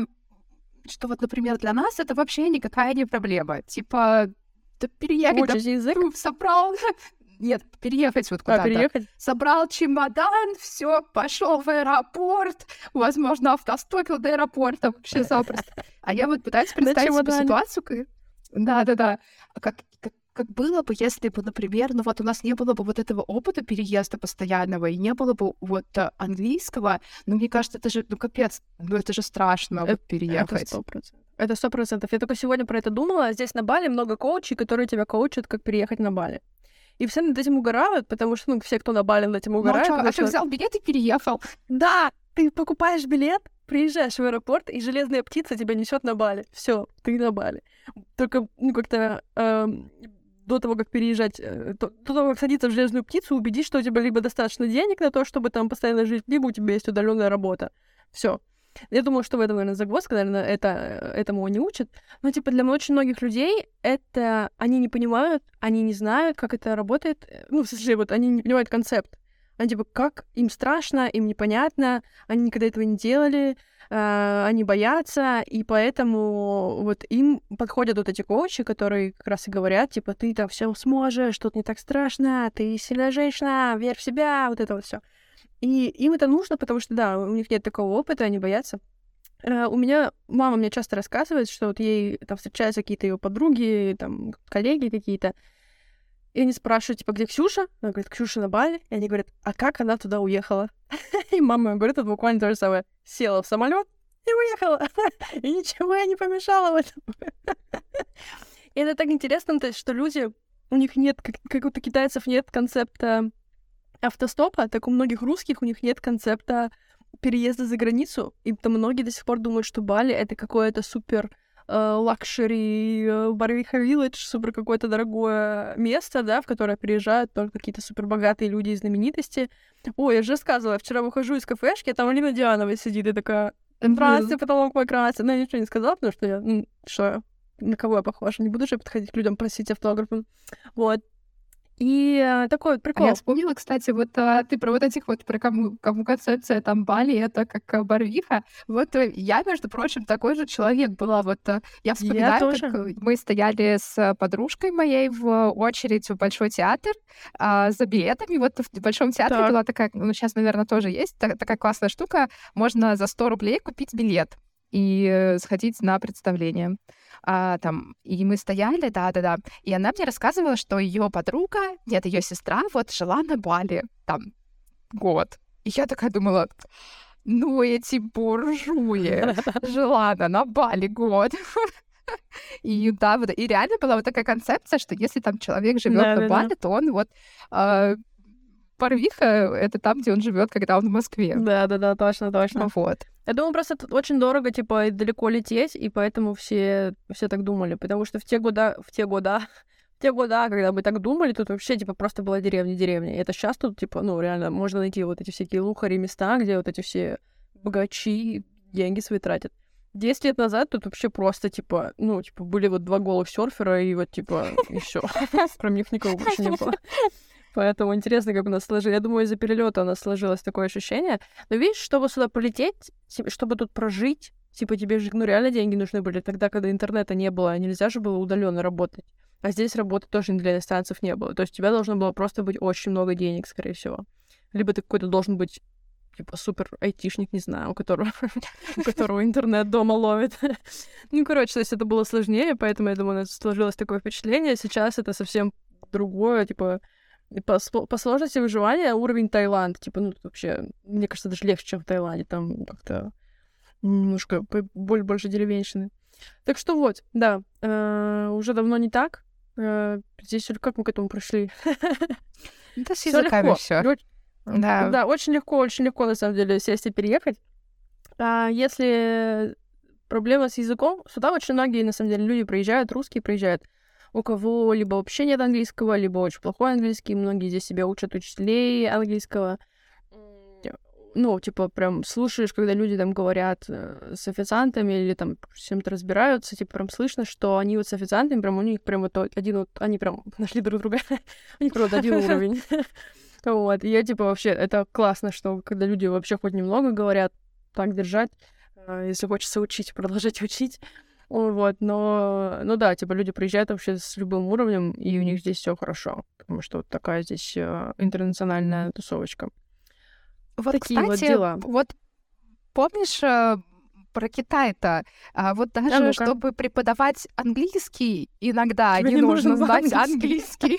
что вот, например, для нас это вообще никакая не проблема. Типа, да переехать, Учить да, язык? собрал... Нет, переехать вот куда-то. А, переехать? Собрал чемодан, все, пошел в аэропорт, возможно, автостопил до аэропорта, вообще запросто. А я вот пытаюсь представить себе ситуацию, как... Да-да-да. Как, как, как было бы, если бы, например, ну вот у нас не было бы вот этого опыта переезда постоянного, и не было бы вот английского, ну, мне кажется, это же, ну, капец, ну, это же страшно это, вот переехать. Это сто процентов. Это сто процентов. Я только сегодня про это думала. Здесь на Бали много коучей, которые тебя коучат, как переехать на Бали. И все над этим угорают, потому что, ну, все, кто на Бали, над этим угорают. Ну, а что, что... взял билет и переехал? Да, ты покупаешь билет, приезжаешь в аэропорт, и железная птица тебя несет на Бали. Все, ты на Бали. Только, ну, как-то э, до того, как переезжать, э, до, до того, как садиться в железную птицу, убедись, что у тебя либо достаточно денег на то, чтобы там постоянно жить, либо у тебя есть удаленная работа. Все. Я думаю, что в этом, наверное, загвоздка, наверное, это, этому не учат. Но, типа, для очень многих людей это... Они не понимают, они не знают, как это работает. Ну, в смысле, вот они не понимают концепт. Они, типа, как? Им страшно, им непонятно, они никогда этого не делали, э, они боятся, и поэтому вот им подходят вот эти коучи, которые как раз и говорят, типа, ты там все сможешь, тут не так страшно, ты сильная женщина, верь в себя, вот это вот все. И им это нужно, потому что, да, у них нет такого опыта, они боятся. Uh, у меня мама мне часто рассказывает, что вот ей там встречаются какие-то ее подруги, там, коллеги какие-то, и они спрашивают, типа, где Ксюша? Она говорит, Ксюша на Бали. И они говорят, а как она туда уехала? И мама говорит, это буквально то же самое. Села в самолет и уехала. И ничего ей не помешало в этом. И это так интересно, то есть, что люди, у них нет, как, как у китайцев нет концепта автостопа, так у многих русских у них нет концепта переезда за границу, и там многие до сих пор думают, что Бали — это какое-то супер лакшери, uh, Барвиха Вилледж, супер какое-то дорогое место, да, в которое приезжают только какие-то супер богатые люди и знаменитости. Ой, я же рассказывала, я вчера выхожу из кафешки, а там Алина Дианова сидит, и такая, здравствуйте, потолок мой красный. Но я ничего не сказала, потому что я, ну, что, на кого я похожа, не буду же подходить к людям, просить автографы. Вот. И а, такой вот прикол. А я вспомнила, кстати, вот а, ты про вот этих вот, про кому, кому концепция там Бали, это как а, Барвиха. Вот а, я, между прочим, такой же человек была. Вот а, я вспоминаю, я как мы стояли с подружкой моей в очередь в Большой театр а, за билетами. Вот в Большом театре так. была такая, ну, сейчас, наверное, тоже есть так, такая классная штука. Можно за сто рублей купить билет и э, сходить на представление. А, там, и мы стояли, да-да-да, и она мне рассказывала, что ее подруга, нет, ее сестра, вот, жила на Бали, там, год. И я такая думала, ну, эти буржуи, жила она на Бали год. И да, вот, и реально была вот такая концепция, что если там человек живет на Бали, то он вот... Барвиха — это там, где он живет, когда он в Москве. Да-да-да, точно-точно. Вот. Я думаю, просто тут очень дорого, типа, далеко лететь, и поэтому все, все так думали. Потому что в те года, в те года, в те года, когда мы так думали, тут вообще, типа, просто была деревня-деревня. И это сейчас тут, типа, ну, реально, можно найти вот эти всякие лухари места, где вот эти все богачи деньги свои тратят. Десять лет назад тут вообще просто, типа, ну, типа, были вот два голых серфера, и вот, типа, и все. Кроме них никого больше не было. Поэтому интересно, как у нас сложилось. Я думаю, из-за перелета у нас сложилось такое ощущение. Но видишь, чтобы сюда полететь, чтобы тут прожить, типа тебе же, ну, реально деньги нужны были тогда, когда интернета не было, нельзя же было удаленно работать. А здесь работы тоже для иностранцев не было. То есть у тебя должно было просто быть очень много денег, скорее всего. Либо ты какой-то должен быть типа супер айтишник, не знаю, у которого, у которого интернет дома ловит. Ну, короче, то есть это было сложнее, поэтому, я думаю, у нас сложилось такое впечатление. Сейчас это совсем другое, типа, по, по сложности выживания уровень Таиланд. Типа, ну, вообще, мне кажется, даже легче, чем в Таиланде. Там как-то немножко больше деревенщины. Так что вот, да, э, уже давно не так. Э, здесь как мы к этому пришли? Да с языками всё. Да. Да, очень легко, очень легко, на самом деле, сесть и переехать. А если проблема с языком, сюда очень многие, на самом деле, люди приезжают, русские приезжают, у кого либо вообще нет английского, либо очень плохой английский. Многие здесь себя учат учителей английского. Ну, типа, прям слушаешь, когда люди там говорят с официантами или там с чем-то разбираются, типа, прям слышно, что они вот с официантами, прям у них прям вот один вот, они прям нашли друг друга, у них прям вот один уровень. Вот, и я, типа, вообще, это классно, что когда люди вообще хоть немного говорят, так держать, если хочется учить, продолжать учить. Вот, но, ну да, типа, люди приезжают вообще с любым уровнем, и у них здесь все хорошо, потому что вот такая здесь интернациональная тусовочка. Вот, такие кстати, вот дела. Вот помнишь э, про Китай-то? А вот даже Да, ну-ка. чтобы преподавать английский, иногда Тебе не не нужно нужен знать английский. английский.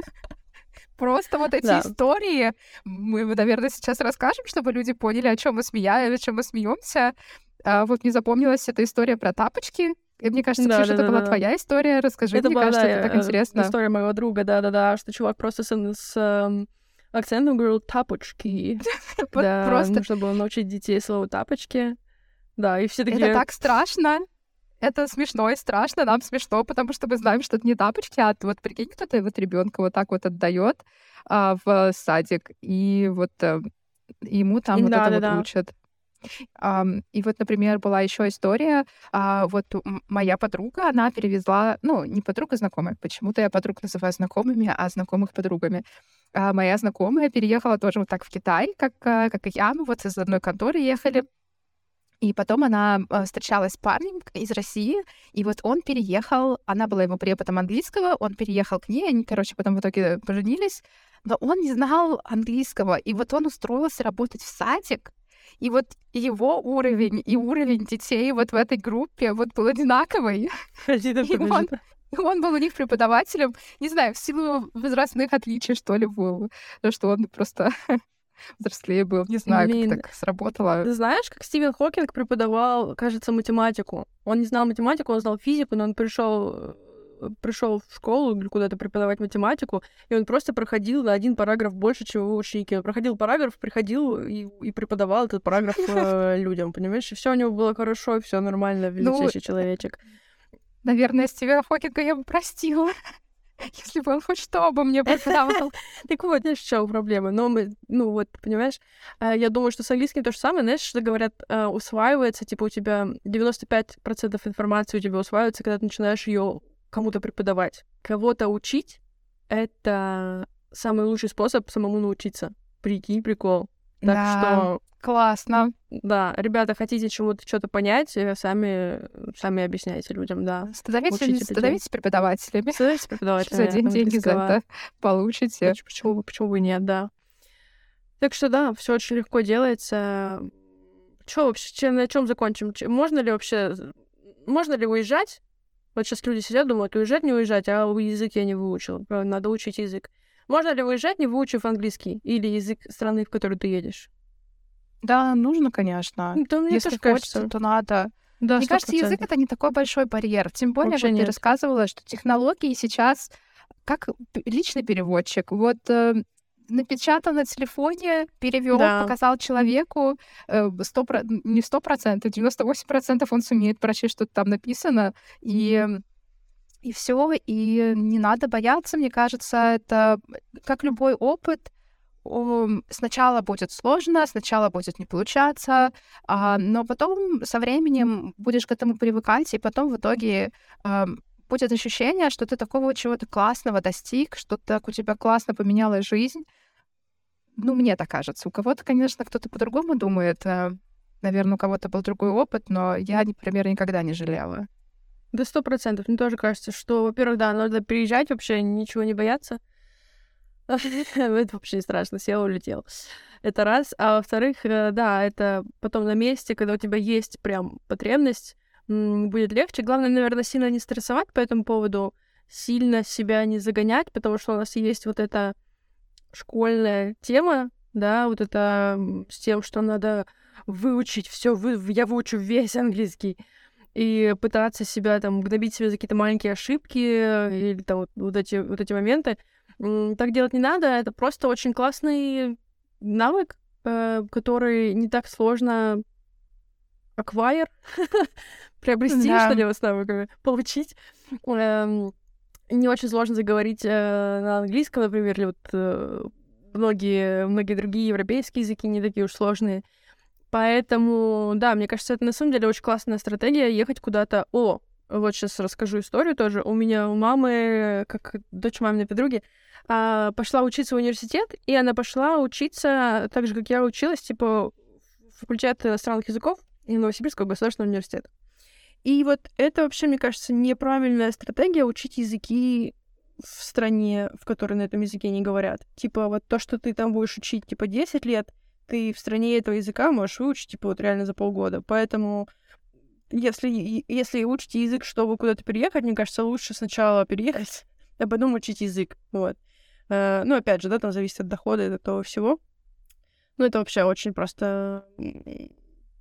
Просто вот эти Да. истории мы, наверное, сейчас расскажем, чтобы люди поняли, о чем мы смеялись, о чем мы смеемся. А вот мне запомнилась эта история про тапочки. И мне кажется, Да, Ксюша, да, это да, была да. твоя история. Расскажи, Это мне была, кажется, да, это так э, интересно. история моего друга, да-да-да, что чувак просто с, с эм, акцентом говорил «тапочки». Вот Да, просто нужно было научить детей слову «тапочки». Да, и все это такие... так страшно. Это смешно и страшно. Нам смешно, потому что мы знаем, что это не тапочки, а вот прикинь, кто-то вот ребенка вот так вот отдает а, в садик, и вот а, ему там вот Да, это да, вот да. учат. А, и вот, например, была еще история. А, вот м- моя подруга, она перевезла, ну, не подруга, знакомая. Почему-то я подруг называю знакомыми, а знакомых подругами. А моя знакомая переехала тоже вот так в Китай, как, а, как и я. Мы вот из одной конторы ехали. И потом она э, встречалась с парнем из России, и вот он переехал, она была его преподом английского, он переехал к ней, они, короче, потом в итоге поженились, но он не знал английского, и вот он устроился работать в садик, и вот его уровень и уровень детей вот в этой группе вот был одинаковый. Подожди, да, И он, подожди. и он был у них преподавателем, не знаю, в силу возрастных отличий, что ли, был, то, что он просто взрослее был, не знаю, Блин. как так сработало. Ты знаешь, как Стивен Хокинг преподавал, кажется, математику? Он не знал математику, он знал физику, но он пришел пришел в школу или куда-то преподавать математику, и он просто проходил на один параграф больше, чем его ученики. Он проходил параграф, приходил и, и преподавал этот параграф э, людям, понимаешь? И все у него было хорошо, и все нормально, величайший человечек. Наверное, Стивена Хокинга я бы простила, если бы он хоть что обо мне преподавал. Так вот, знаешь, в чём проблема? Но мы, ну вот, понимаешь, я думаю, что с английским то же самое, знаешь, что говорят, усваивается, типа у тебя девяносто пять процентов информации у тебя усваивается, когда ты начинаешь ее кому-то преподавать. Кого-то учить — это самый лучший способ самому научиться. Прикинь, прикол. Так Да, что, классно. да, ребята, хотите чему-то что-то понять, э, сами, сами объясняйте людям, да. Становитесь, Учите людей. становитесь преподавателями. Становитесь преподавателями За день деньги за английского. это получите. Поч- Почему, бы- почему бы и нет, да. Так что да, все очень легко делается. Что вообще, чем, на чем закончим? Ч- Можно ли вообще, можно ли уезжать? Вот сейчас люди сидят, думают, уезжать, не уезжать, а язык я не выучил. Правда, надо учить язык. Можно ли уезжать, не выучив английский или язык страны, в которую ты едешь? Да, нужно, конечно. Да, мне Если тоже хочется, кажется. то надо. Да, Мне сто кажется, язык — процентов. это не такой большой барьер. Тем более, Вообще вот ты нет. рассказывала, что технологии сейчас как п- личный переводчик. Вот э, напечатал на телефоне, перевел, Да. показал человеку, э, сто про- не сто процентов, девяносто восемь процентов он сумеет прочесть, что там написано, и, и все, и не надо бояться, мне кажется, это как любой опыт. Ом, Сначала будет сложно, сначала будет не получаться, а, но потом со временем будешь к этому привыкать, и потом в итоге ам, будет ощущение, что ты такого чего-то классного достиг, что так у тебя классно поменялась жизнь. Ну, мне так кажется. У кого-то, конечно, кто-то по-другому думает. Наверное, у кого-то был другой опыт, но я, например, никогда не жалела. Да, сто процентов. Мне тоже кажется, что, во-первых, да, надо переезжать вообще, ничего не бояться. Это вообще не страшно, сел, улетел. Это раз. А во-вторых, э, да, это потом на месте, когда у тебя есть прям потребность, м, будет легче. Главное, наверное, сильно не стрессовать по этому поводу, сильно себя не загонять, потому что у нас есть вот эта школьная тема, да, вот это м, с тем, что надо выучить все, вы... я выучу весь английский, и пытаться себя там гнобить себя за какие-то маленькие ошибки или там вот, вот эти вот эти моменты. М, Так делать не надо, это просто очень классный навык, э, который не так сложно acquire, приобрести, Да. что делать с навыками, получить. Эм, Не очень сложно заговорить э, на английском, например, или вот э, многие, многие другие европейские языки не такие уж сложные. Поэтому, да, мне кажется, это на самом деле очень классная стратегия ехать куда-то. О, вот сейчас расскажу историю тоже. У меня у мамы, как дочь маминой подруги, а, пошла учиться в университет, и она пошла учиться так же, как я училась, типа в факультет иностранных языков и Новосибирского государственного университета. И вот это вообще, мне кажется, неправильная стратегия учить языки в стране, в которой на этом языке не говорят. Типа вот то, что ты там будешь учить, типа, десять лет, ты в стране этого языка можешь выучить, типа, вот реально за полгода. Поэтому если, если учите язык, чтобы куда-то переехать, мне кажется, лучше сначала переехать, а потом учить язык. Вот. Э, Ну, опять же, да, там зависит от дохода и от того всего. Ну, это вообще очень просто... м,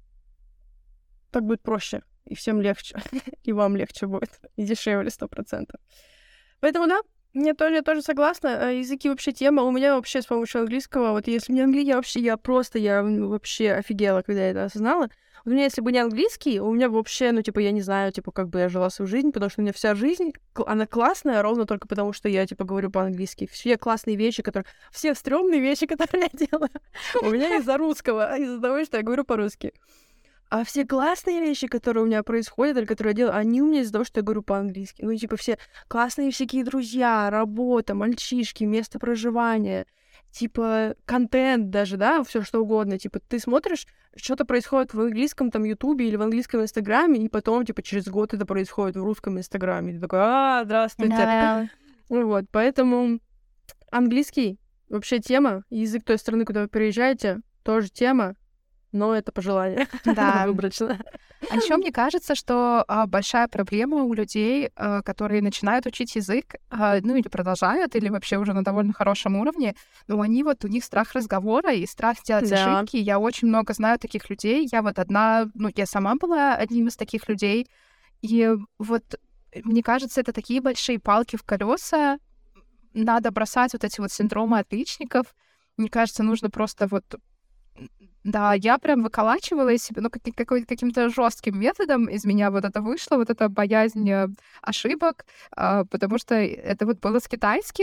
Так будет проще, и всем легче, и вам легче будет, и дешевле сто процентов. Поэтому, да, я тоже, я тоже согласна. Э, Языки вообще тема. У меня вообще с помощью английского, вот если не английский, я вообще, я просто, я м, вообще офигела, когда я это осознала. У меня, если бы не английский, у меня вообще, ну, типа, я не знаю, типа, как бы я жила свою жизнь, потому что у меня вся жизнь, кл- она классная ровно только потому, что я, типа, говорю по-английски. Все классные вещи, которые... Все стрёмные вещи, которые я делаю, у меня из-за русского, а из-за того, что я говорю по-русски. А все классные вещи, которые у меня происходят, или которые я делаю, они у меня из-за того, что я говорю по-английски. Ну, типа, все классные всякие друзья, работа, мальчишки, место проживания, типа, контент даже, да, все что угодно. Типа, ты смотришь, что-то происходит в английском там Ютубе или в английском Инстаграме, и потом, типа, через год это происходит в русском Инстаграме. И ты такой, а, здравствуйте. Да. Ну Вот, поэтому английский вообще тема, язык той страны, куда вы переезжаете, тоже тема, но это по желанию. Да. Выборочно. А ещё мне кажется, что а, большая проблема у людей, а, которые начинают учить язык, а, ну или продолжают, или вообще уже на довольно хорошем уровне, но они вот, у них страх разговора и страх сделать Да. ошибки. Я очень много знаю таких людей. Я вот одна, ну, я сама была одним из таких людей. И вот, э, мне кажется, это такие большие палки в колеса. Надо бросать вот эти вот синдромы отличников. Мне кажется, нужно просто вот М, да, я прям выколачивала из себя, ну, каки какой каким-то жёстким методом из меня вот это вышло, вот эта боязнь, э, ошибок, а, потому что это вот было с китайским.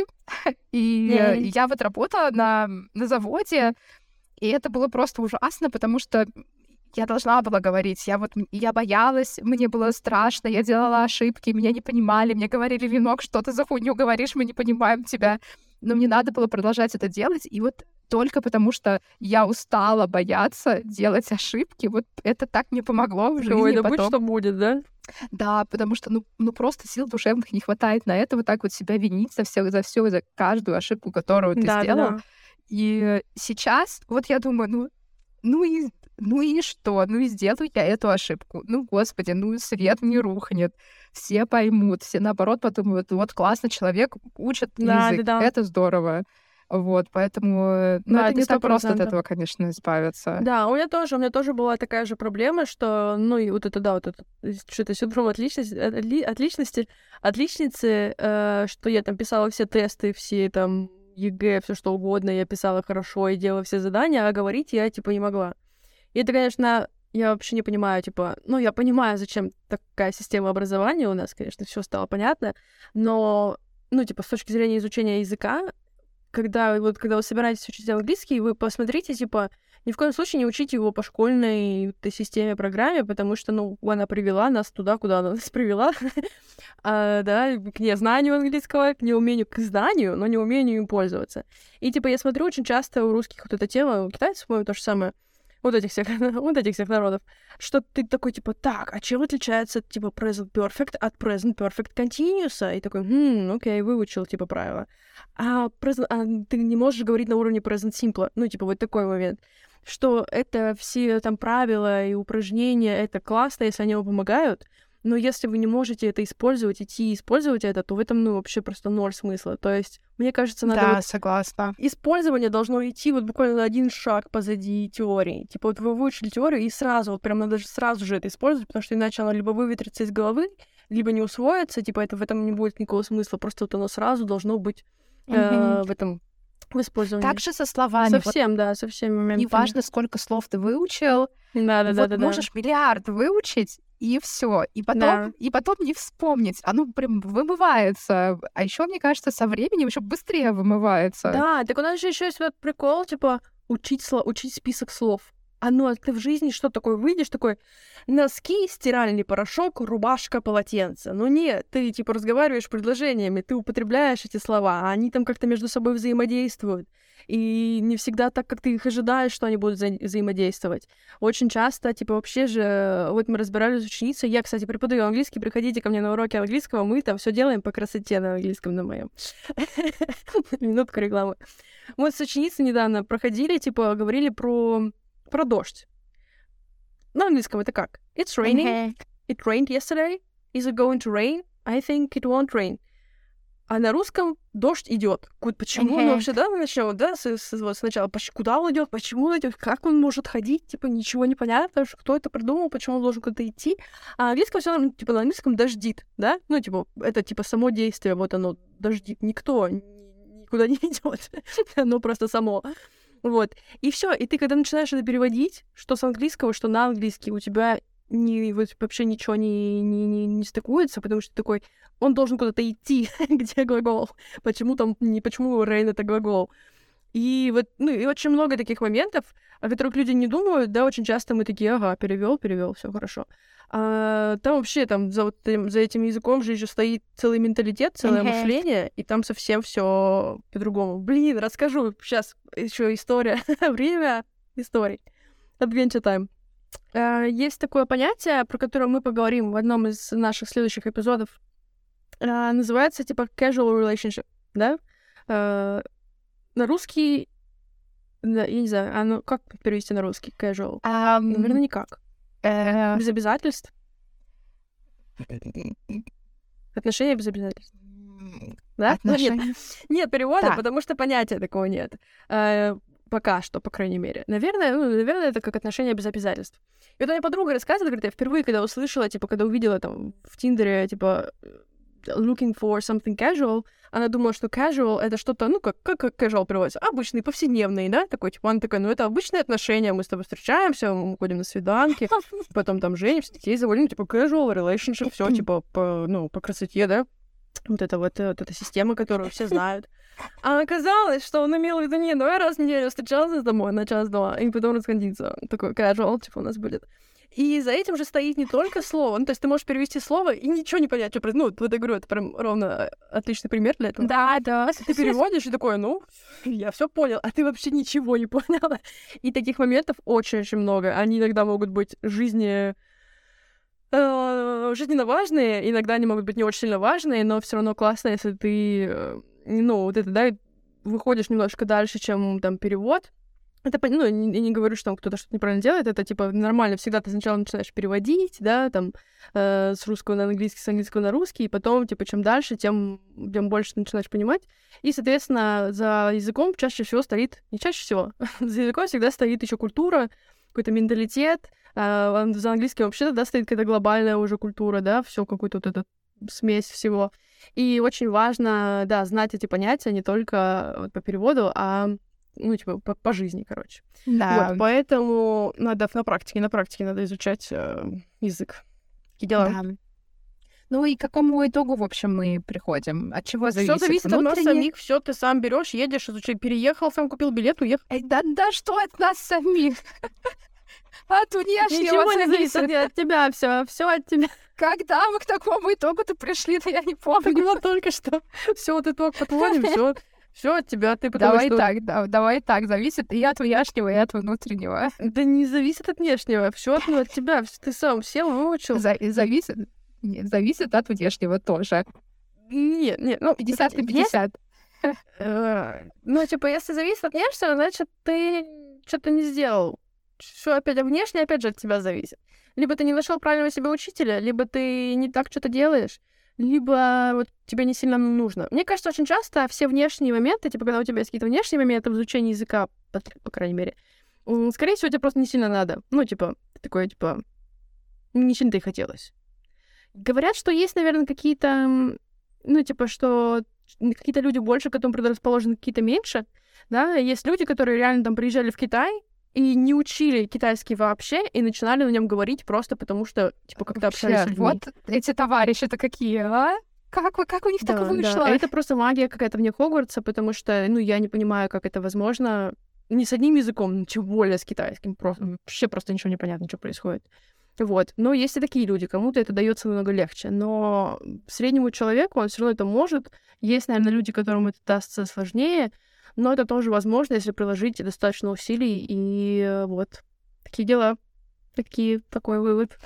И э, М. я вот работала на на заводе, и это было просто ужасно, потому что я должна была говорить. Я вот м я боялась, мне было страшно, я делала ошибки, меня не понимали. Мне говорили: "Ленок, что ты за хуйню говоришь? Мы не понимаем тебя". Но мне надо было продолжать это делать. И вот только потому, что я устала бояться делать ошибки, вот это так мне помогло в Ой, жизни да будь потом. что будет, да? Да, потому что, ну ну, просто сил душевных не хватает на это, вот так вот себя винить за всё за всё, за каждую ошибку, которую ты сделал. Да-да-да. И сейчас вот я думаю, ну ну и ну и что? Ну и сделаю я эту ошибку. Ну, господи, ну свет не рухнет, все поймут, все, наоборот, подумают: "Вот классно, человек учит язык, Да-да-да. это здорово". Вот, поэтому, э, ну, Да, это это не сто так просто от процентов. этого, конечно, избавиться. Да, у меня тоже, у меня тоже была такая же проблема, что, ну, и вот это, да, вот это, э, что-то синдром отличности, э, отли- отличности, отличницы, э, что я там писала все тесты, все там ЕГЭ, все что угодно, я писала хорошо и делала все задания, а говорить я, типа, не могла. И это, конечно, я вообще не понимаю, типа, ну, я понимаю, зачем такая система образования у нас, конечно, все стало понятно, но, ну, типа, с точки зрения изучения языка, когда вот когда вы собираетесь учить английский, вы посмотрите, типа, ни в коем случае не учите его по школьной этой системе, программе, потому что, ну, она привела нас туда, куда она нас привела, а, да, к незнанию английского, к неумению, к знанию, но не умению им пользоваться. И, типа, я смотрю очень часто у русских вот эта тема, у китайцев, по-моему, то же самое, вот этих всех, вот этих всех народов, что ты такой, типа, так, а чем отличается, типа, present perfect от present perfect continuous? И такой, хм, окей, выучил, типа, правила. А, present, а ты не можешь говорить на уровне present simple. Ну, типа, вот такой момент. Что это все там правила и упражнения, это классно, если они вам помогают, но если вы не можете это использовать, идти и использовать это, то в этом, ну, вообще просто ноль смысла. То есть, мне кажется, надо... Да, вот... согласна. Использование должно идти вот буквально на один шаг позади теории. Типа вот вы выучили теорию, и сразу, вот прям надо же сразу же это использовать, потому что иначе оно либо выветрится из головы, либо не усвоится, типа это в этом не будет никакого смысла. Просто вот оно сразу должно быть э, mm-hmm. в этом... в использовании. Так же со словами. Совсем, вот, да, со всеми моментами. Неважно, сколько слов ты выучил, да, да, вот да, да, можешь да. миллиард выучить, и все, и потом, да. и потом не вспомнить. Оно прям вымывается. А еще, мне кажется, со временем еще быстрее вымывается. Да, так у нас же еще есть вот прикол, типа, учить, сло... учить список слов. А ну, а ты в жизни что такое выйдешь, такой, носки, стиральный порошок, рубашка, полотенце. Ну нет, ты, типа, разговариваешь предложениями, ты употребляешь эти слова, а они там как-то между собой взаимодействуют. И не всегда так, как ты их ожидаешь, что они будут вза- взаимодействовать. Очень часто, типа, вообще же, вот мы разбирались с ученицей, я, кстати, преподаю английский, приходите ко мне на уроки английского, мы там все делаем по красоте на английском, на моем. Минутка рекламы. Мы с ученицей недавно проходили, типа, говорили про... про дождь. На английском это как? It's raining. Okay. It rained yesterday. Is it going to rain? I think it won't rain. А на русском дождь идет. Почему? Okay. Ну, вообще, да, начнем, да, с, с, вот сначала. Куда он идет? Почему он идет? Как он может ходить? Типа, ничего не понятно, потому что кто это придумал, почему он должен куда-то идти. А на английском все, типа, на английском дождит, да? Ну, типа, это типа само действие, вот оно дождит. Никто никуда не идет. Оно просто само. Вот. И все. И ты, когда начинаешь это переводить, что с английского, что на английский, у тебя не, вот, вообще ничего не, не, не, не стыкуется, потому что такой, он должен куда-то идти, где глагол. Почему там, не почему rain — это глагол. И вот, ну, и очень много таких моментов, о которых люди не думают, да, очень часто мы такие, ага, перевел, перевел, все хорошо. А там вообще там за, вот, за этим языком же еще стоит целый менталитет, целое uh-huh. мышление, и там совсем все по-другому. Блин, расскажу сейчас еще история, время историй. Adventure time. Uh, есть такое понятие, про которое мы поговорим в одном из наших следующих эпизодов. Uh, называется типа casual relationship, да? Uh, на русский, да, я не знаю, а ну как перевести на русский casual? Um... Наверное, никак. Uh... Без обязательств? Отношения без обязательств? Да? Отношения... Ну, нет. нет перевода, да. потому что понятия такого нет. Uh, пока что, по крайней мере. Наверное, ну, наверное, это как отношения без обязательств. И вот у меня подруга рассказывала, говорит, я впервые, когда услышала, типа, когда увидела там в Тиндере, типа, looking for something casual, она думала, что casual — это что-то, ну, как, как, как casual переводится? Обычный, повседневный, да? Такой, типа, она такая, ну, это обычные отношения, мы с тобой встречаемся, мы ходим на свиданки, потом там женимся, детей заводим, ну, типа, casual relationship, все типа, по, ну, по красоте, да? Вот это вот, вот эта система, которую все знают. А оказалось, что он имел в виду не давай раз в неделю встречался с домой на час-два, и потом расходиться. Такой casual, типа, у нас будет. И за этим же стоит не только слово. Ну, то есть ты можешь перевести слово и ничего не понять, что происходит. Ну, вот я говорю, это прям ровно отличный пример для этого. Да, да. Ты переводишь и такой, ну, я все понял, а ты вообще ничего не поняла. И таких моментов очень-очень много. Они иногда могут быть жизни... жизненно важные, иногда они могут быть не очень сильно важные, но все равно классно, если ты, ну, вот это, да, выходишь немножко дальше, чем там перевод. Это, ну, я не, не говорю, что там кто-то что-то неправильно делает, это, типа, нормально, всегда ты сначала начинаешь переводить, да, там, э, с русского на английский, с английского на русский, и потом, типа, чем дальше, тем, тем больше ты начинаешь понимать. И, соответственно, за языком чаще всего стоит, не чаще всего, за языком всегда стоит еще культура, какой-то менталитет. А за английским вообще тогда стоит какая-то глобальная уже культура, да, все какую-то вот эту смесь всего. И очень важно, да, знать эти понятия не только вот по переводу, а, ну, типа, по, по жизни, короче. Да. Вот, поэтому надо на практике, на практике надо изучать э, язык. Такие дела. Да. Ну и к какому итогу, в общем, мы приходим? От чего зависит? Все зависит от нас самих, все ты сам берешь, едешь, изучай, переехал, сам купил билет, уехал. Эй, да, да, что от нас самих? От внешнего Ничего не зависит от тебя, все, все от тебя. Когда мы к такому итогу-то пришли, то я не помню. Так вот только что. Все, вот итог подводим, все, Все от тебя, ты потому Давай что... так, да, давай так, зависит и от внешнего, и от внутреннего. Да не зависит от внешнего, все от, ну, от тебя, ты сам сел, выучил. За- зависит, нет, зависит от внешнего тоже. Нет, нет, ну, пятьдесят на есть- пятьдесят. э, ну, типа, если зависит от внешнего, значит, ты что-то не сделал. Все опять, а внешне опять же от тебя зависит. Либо ты не нашел правильного себе учителя, либо ты не так что-то делаешь, либо вот тебе не сильно нужно. Мне кажется, очень часто все внешние моменты, типа, когда у тебя есть какие-то внешние моменты в изучении языка, по, по крайней мере, м, скорее всего, тебе просто не сильно надо. Ну, типа, ты такой, типа, не сильно-то и хотелось. Говорят, что есть, наверное, какие-то, м, ну, типа, что какие-то люди больше к этому предрасположены, какие-то меньше, да, есть люди, которые реально там приезжали в Китай и не учили китайский вообще, и начинали на нем говорить просто потому, что, типа, как-то общались с Вообще, людьми. вот эти товарищи-то какие, а? Как, вы, как у них Да, так да. вышло? Это просто магия какая-то вне Хогвартса, потому что, ну, я не понимаю, как это возможно. Не с одним языком, тем более с китайским. Просто, вообще просто ничего не понятно, что происходит. Вот. Но есть и такие люди, кому-то это дается намного легче. Но среднему человеку он все равно это может. Есть, наверное, люди, которым это дастся сложнее, но это тоже возможно, если приложить достаточно усилий. И э, вот такие дела. Такие, такой вывод.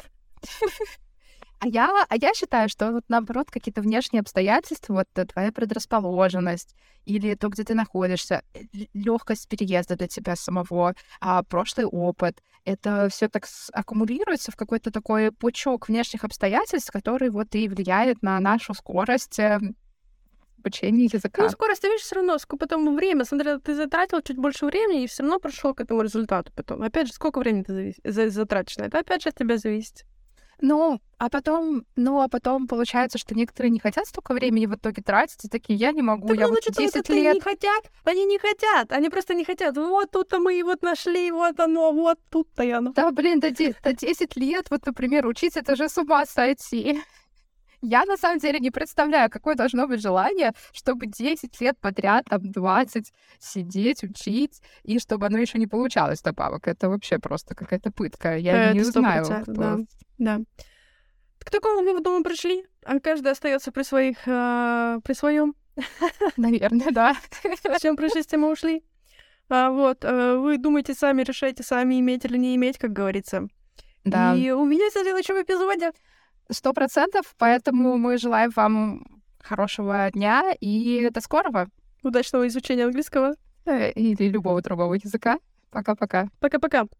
А я, а я считаю, что вот наоборот какие-то внешние обстоятельства, вот э, твоя предрасположенность или то, где ты находишься, легкость переезда для тебя самого, а, прошлый опыт, это все так с- аккумулируется в какой-то такой пучок внешних обстоятельств, которые вот и влияют на нашу скорость э, обучения языка. Ну, скорость, ты видишь, все равно, сколько потом время, смотря, ты затратил чуть больше времени, и все равно пришел к этому результату потом. Опять же, сколько времени ты завис- за- затратишь на это, опять же, от тебя зависит. Ну, а потом, ну, а потом получается, что некоторые не хотят столько времени в итоге тратить, и такие, я не могу, Так, я ну, вот значит, десять это лет... не хотят, они не хотят, они просто не хотят. Вот тут-то мы и вот нашли, вот оно, вот тут-то и оно. Да, блин, до, де- до десять лет, вот, например, учить, это же с ума сойти. Я, на самом деле, не представляю, какое должно быть желание, чтобы десять лет подряд, там, двадцать сидеть, учить, и чтобы оно еще не получалось добавок. Это вообще просто какая-то пытка. Я Это не сто знаю. процентов, кто- да. Да. К такому выводу мы пришли, а каждый остается при своих, э, при своем. Наверное, да. С чем пришли, с тем и ушли. А, вот, э, вы думаете сами, решайте сами, иметь или не иметь, как говорится. Да, И увидимся в следующем эпизоде. сто процентов. Поэтому мы желаем вам хорошего дня и до скорого. Удачного изучения английского. Э, Или любого другого языка. Пока-пока. Пока-пока.